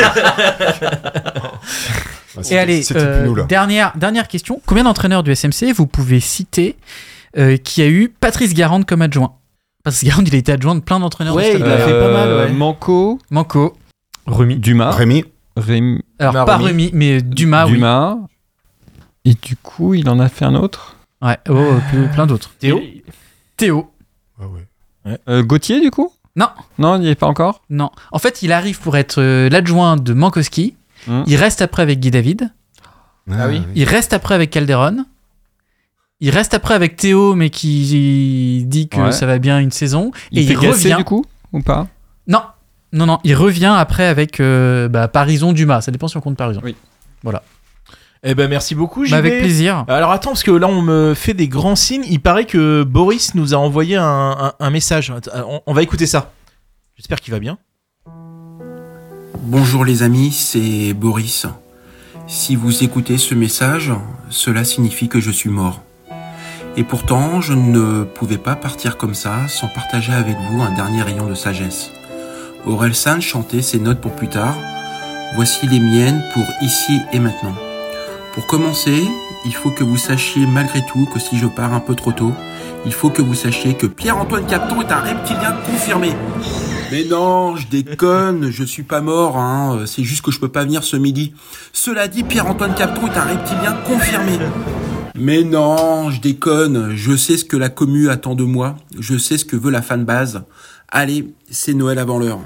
Et allez, dernière question. Combien d'entraîneurs du SMC vous pouvez citer qui a eu Patrice Garande comme adjoint ? Patrice Garande, il a été adjoint de plein d'entraîneurs. Ouais, il a fait pas mal. Manco. Dumas. Rémi. Alors, pas Rémi, mais Dumas. Et du coup, il en a fait un autre. Ouais, plein d'autres. Théo. Gauthier, du coup ? Non, il n'y est pas encore ? Non. En fait, il arrive pour être l'adjoint de Mankowski. Il reste après avec Guy David. Ah oui. Il reste après avec Calderon. Il reste après avec Théo, mais qui dit que ça va bien une saison. Il revient du coup ou pas ? Non, il revient après avec Parison, Dumas. Ça dépend si on compte Parison. Oui. Voilà. Eh ben merci beaucoup, JB. Avec plaisir. Alors attends, parce que là on me fait des grands signes. Il paraît que Boris nous a envoyé un message. On va écouter ça. J'espère qu'il va bien. Bonjour les amis, c'est Boris. Si vous écoutez ce message, cela signifie que je suis mort. Et pourtant, je ne pouvais pas partir comme ça sans partager avec vous un dernier rayon de sagesse. Orelsan chantait ses notes pour plus tard. Voici les miennes pour ici et maintenant. Pour commencer, il faut que vous sachiez malgré tout que si je pars un peu trop tôt, il faut que vous sachiez que Pierre-Antoine Capton est un reptilien confirmé. Mais non, je déconne, je suis pas mort, hein. C'est juste que je peux pas venir ce midi. Cela dit, Pierre-Antoine Capton est un reptilien confirmé. Mais non, je déconne, je sais ce que la commu attend de moi, je sais ce que veut la fanbase. Allez, c'est Noël avant l'heure.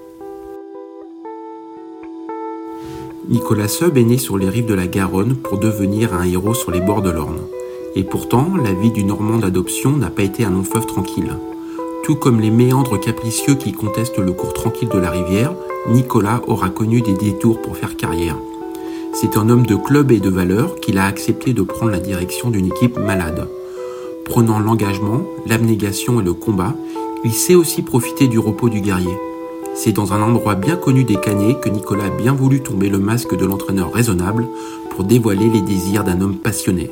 Nicolas Seub est né sur les rives de la Garonne pour devenir un héros sur les bords de l'Orne. Et pourtant, la vie du Normand d'adoption n'a pas été un long fleuve tranquille. Tout comme les méandres capricieux qui contestent le cours tranquille de la rivière, Nicolas aura connu des détours pour faire carrière. C'est un homme de club et de valeur qu'il a accepté de prendre la direction d'une équipe malade. Prenant l'engagement, l'abnégation et le combat, il sait aussi profiter du repos du guerrier. C'est dans un endroit bien connu des Canyers que Nicolas a bien voulu tomber le masque de l'entraîneur raisonnable pour dévoiler les désirs d'un homme passionné.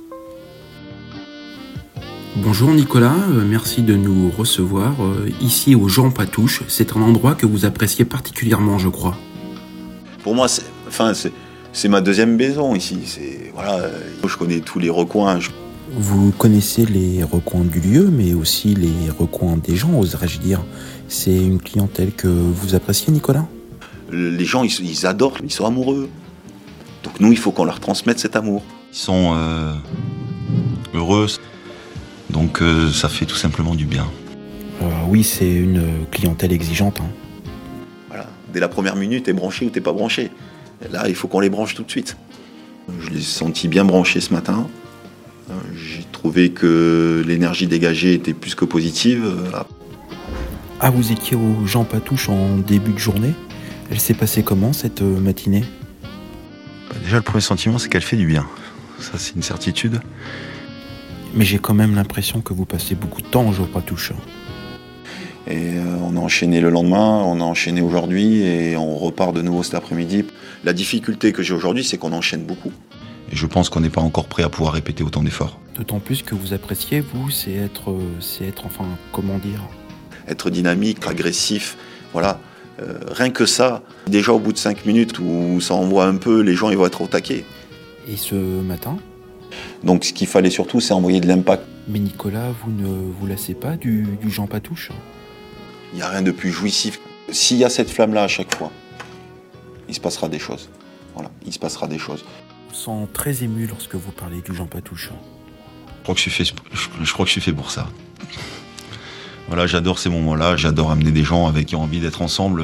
Bonjour Nicolas, merci de nous recevoir ici au Jean Patouche. C'est un endroit que vous appréciez particulièrement, je crois. Pour moi, c'est ma deuxième maison ici. Je connais tous les recoins. Vous connaissez les recoins du lieu, mais aussi les recoins des gens, oserais-je dire. C'est une clientèle que vous appréciez, Nicolas ? Les gens, ils adorent, ils sont amoureux. Donc nous, il faut qu'on leur transmette cet amour. Ils sont heureux. Donc ça fait tout simplement du bien. Oui, c'est une clientèle exigeante. Hein. Voilà. Dès la première minute, t'es branché ou t'es pas branché. Et là, il faut qu'on les branche tout de suite. Je les ai sentis bien branchés ce matin. J'ai trouvé que l'énergie dégagée était plus que positive. Ah, vous étiez au Jean Patouche en début de journée ? Elle s'est passée comment cette matinée ? Déjà, le premier sentiment, c'est qu'elle fait du bien. Ça, c'est une certitude. Mais j'ai quand même l'impression que vous passez beaucoup de temps au Jean Patouche. Et on a enchaîné le lendemain, on a enchaîné aujourd'hui et on repart de nouveau cet après-midi. La difficulté que j'ai aujourd'hui, c'est qu'on enchaîne beaucoup. Et je pense qu'on n'est pas encore prêt à pouvoir répéter autant d'efforts. D'autant plus que vous appréciez, vous, c'est être comment dire ? Être dynamique, agressif, voilà. Rien que ça, déjà au bout de 5 minutes où ça envoie un peu, les gens ils vont être au taquet. Et ce matin ? Donc ce qu'il fallait surtout, c'est envoyer de l'impact. Mais Nicolas, vous ne vous lassez pas du Jean Patouche ? Il n'y a rien de plus jouissif. S'il y a cette flamme-là à chaque fois, il se passera des choses. Voilà, il se passera des choses. Je vous sens très ému lorsque vous parlez du Jean Patouche. Je crois que je suis fait pour ça. Voilà, j'adore ces moments-là, j'adore amener des gens avec qui ont envie d'être ensemble.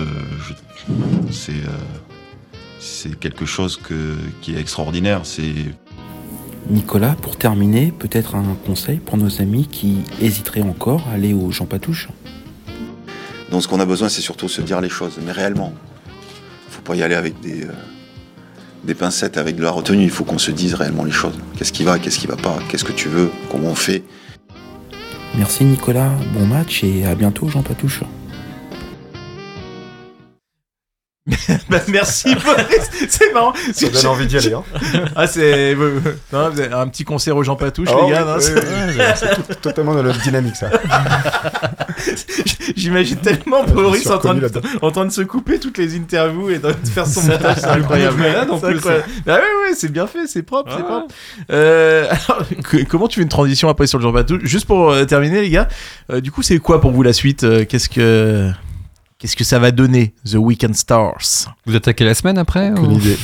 C'est quelque chose qui est extraordinaire. Nicolas, pour terminer, peut-être un conseil pour nos amis qui hésiteraient encore à aller au Jean Patouche ? Donc ce qu'on a besoin, c'est surtout se dire les choses, mais réellement. Il ne faut pas y aller avec des pincettes, avec de la retenue. Il faut qu'on se dise réellement les choses. Qu'est-ce qui va pas, qu'est-ce que tu veux, comment on fait. Merci Nicolas, bon match et à bientôt Jean Patouche. Merci Boris, c'est marrant. Ça donne envie d'y aller. Hein. Ah c'est un petit concert au Jean Patouche, les gars. Oui, c'est totalement dans notre dynamique ça. J'imagine tellement Boris en train de se couper toutes les interviews et de faire son montage, c'est incroyable. Ah ouais, c'est bien fait, c'est propre, c'est propre. Alors, comment tu fais une transition après sur le Jean Patouche ? Juste pour terminer les gars, du coup c'est quoi pour vous la suite ? Qu'est-ce que ça va donner, The Weekend Stars ? Vous attaquez la semaine après Aucune idée.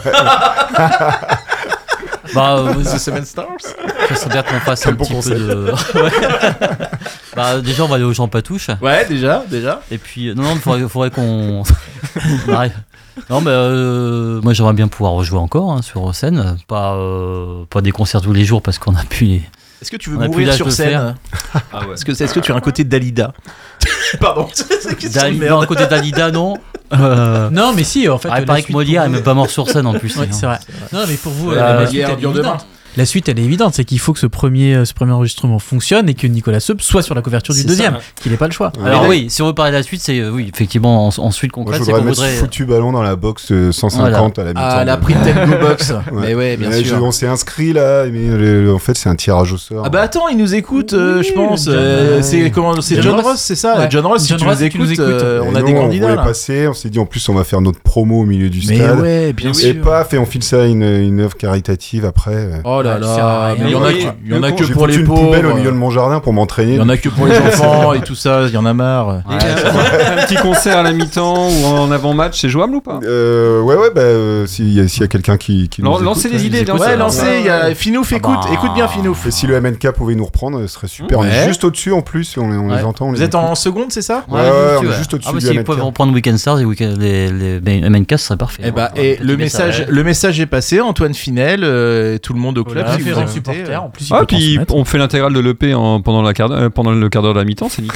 The Seven Stars ? Ça serait bien qu'on fasse un petit peu de... déjà, on va aller au Jean Patouche. Ouais, déjà. Et puis, non, il faudrait qu'on... Non, mais moi, j'aimerais bien pouvoir rejouer encore sur scène. Pas des concerts tous les jours parce qu'on a pu les... Est-ce que tu veux mourir sur scène ? Ah ouais. Est-ce que tu as un côté Dalida ? Pardon, non, un côté Dalida, non. Non, mais si, en fait. Il paraît que Molière est même pas mort sur scène en plus. Oui, c'est vrai. Non, mais pour vous, la suite, elle est évidente, c'est qu'il faut que ce premier enregistrement fonctionne et que Nicolas Seub soit sur la couverture du deuxième, qu'il n'ait pas le choix. Ouais. Alors oui, si on veut parler de la suite, c'est effectivement en suite concrète. Moi, je voudrais mettre ce foutu ballon dans la box 150 à la mi-temps. Ah, la Print Go Box. Mais ouais, bien sûr. On s'est inscrit là, mais en fait, c'est un tirage au sort. Ah bah attends, il nous écoute, je pense. C'est John Ross, c'est ça. Ouais. John Ross, si tu nous écoutes, on a des candidats. On passer, on s'est dit en plus, on va faire notre promo au milieu du stade. Mais ouais, bien sûr. Et paf, et on file ça à une œuvre caritative après. Oh Oh là là, mais il y en a que J'ai pour foutu les une pauvres. poubelle au milieu de mon jardin pour m'entraîner. Il y en a que pour les enfants et tout ça, il y en a marre. Un petit concert à la mi-temps ou en avant-match, c'est jouable ou pas? Ouais, s'il y a quelqu'un qui nous lancez écoute, des idées. Ouais, lancez. Il y a Finouf, écoute bien Finouf. Et si le MNK pouvait nous reprendre, ce serait super. On est juste au-dessus en plus, on les entend. Vous êtes en seconde, c'est ça? Ouais, on est juste au-dessus du S'ils peuvent reprendre Weekend Stars et les MNK, ce serait parfait. Et le message est passé. Antoine Finel, tout le monde au club. Référent supporter, en plus. Puis on fait l'intégrale de l'EP pendant le quart d'heure de la mi-temps, c'est nickel.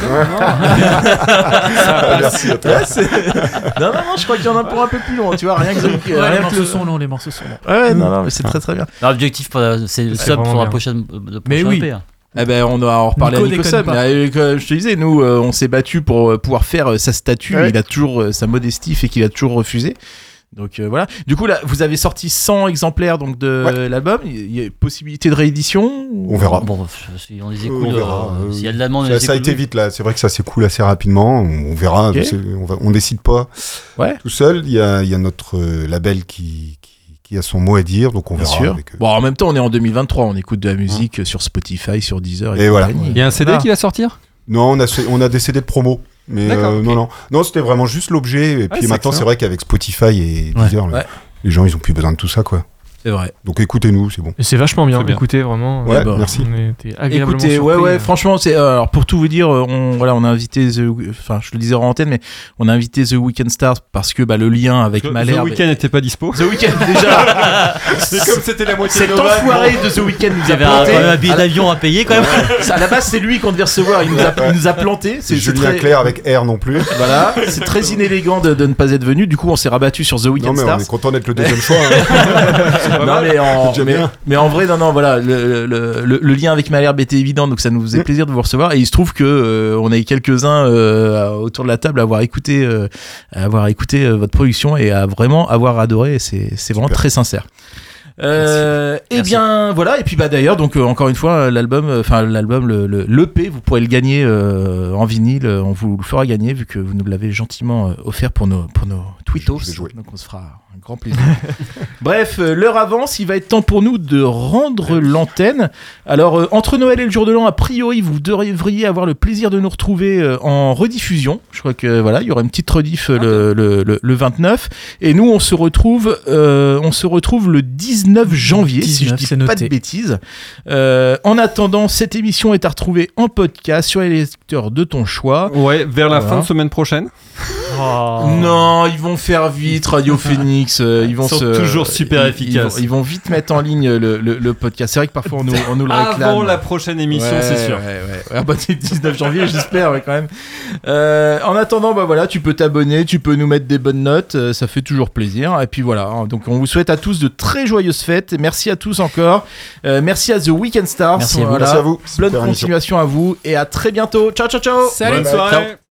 Merci à toi. Non, je crois qu'il y en a pour un peu plus long, tu vois, rien que les morceaux sont longs, les morceaux sont longs. Ouais, non, mais c'est très très bien. L'objectif, c'est le sub pour la prochaine EP. On doit en reparler à Nico Sub. Je te disais, nous, on s'est battu pour pouvoir faire sa statue. Il a toujours, sa modestie fait qu'il a toujours refusé. Donc voilà. Du coup, là, vous avez sorti 100 exemplaires donc, de l'album. Il y a possibilité de réédition? On verra. Bon, si on les écoute, s'il y a de la demande, ça a été vite là. C'est vrai que ça s'écoule assez rapidement. On verra. Okay. On décide pas tout seul. Il y a notre label qui a son mot à dire, donc on verra. Sûr. Bon, en même temps, on est en 2023. On écoute de la musique sur Spotify, sur Deezer. Et voilà. Il y a un CD qui va sortir? Non, on a des CD de promo. Mais non, c'était vraiment juste l'objet. Et puis maintenant, c'est vrai qu'avec Spotify et Deezer, les gens, ils ont plus besoin de tout ça, quoi. C'est vrai. Donc écoutez-nous, c'est bon. Et c'est vachement bien. Écoutez, vraiment. Ouais, merci. Écoutez, surpris, franchement, c'est alors pour tout vous dire, on a invité je le disais en antenne, mais on a invité The Weekend Stars parce que le lien avec Malherbe. The Weeknd n'était pas dispo. The Weeknd déjà. C'est comme c'était la moitié. Cet enfoiré de The Weeknd nous a planté. Il y avait un billet d'avion à payer quand même. À la base, c'est lui qu'on devait recevoir. Il nous a planté. C'est Julien Clerc avec R non plus. Voilà, c'est très inélégant de ne pas être venu. Du coup, on s'est rabattu sur The Weekend Stars. On est content d'être le deuxième choix. Mais en vrai, voilà, le lien avec Malherbe était évident, donc ça nous faisait plaisir de vous recevoir. Et il se trouve que on a eu quelques-uns autour de la table à avoir écouté votre production et à vraiment avoir adoré. Et c'est vraiment très sincère. Et bien voilà, et puis d'ailleurs, donc encore une fois, l'album, l'EP, vous pourrez le gagner en vinyle, on vous le fera gagner vu que vous nous l'avez gentiment offert pour nos tweetos, donc on se fera un grand plaisir. Bref, l'heure avance, il va être temps pour nous de rendre l'antenne. Alors entre Noël et le jour de l'an, a priori vous devriez avoir le plaisir de nous retrouver en rediffusion. Je crois que voilà, il y aura une petite rediff le 29, et nous on se retrouve le 19 janvier, si je dis pas de bêtises. En attendant, cette émission est à retrouver en podcast sur les lecteurs de ton choix. Ouais, vers la fin de semaine prochaine. Non, ils vont faire vite Radio Phoenix. Ils sont toujours super efficaces. Ils vont vite mettre en ligne le podcast. C'est vrai que parfois on nous le réclame. Avant la prochaine émission, c'est sûr. C'est le 19 janvier, j'espère quand même. En attendant, voilà, tu peux t'abonner, tu peux nous mettre des bonnes notes, ça fait toujours plaisir. Et puis voilà, donc on vous souhaite à tous de très joyeuses fêtes. Merci à tous encore. Merci à The Weekend Stars. Merci à vous. Merci à vous. Bonne continuation à vous et à très bientôt. Ciao, ciao, ciao. Salut. Bonne soirée. Ciao.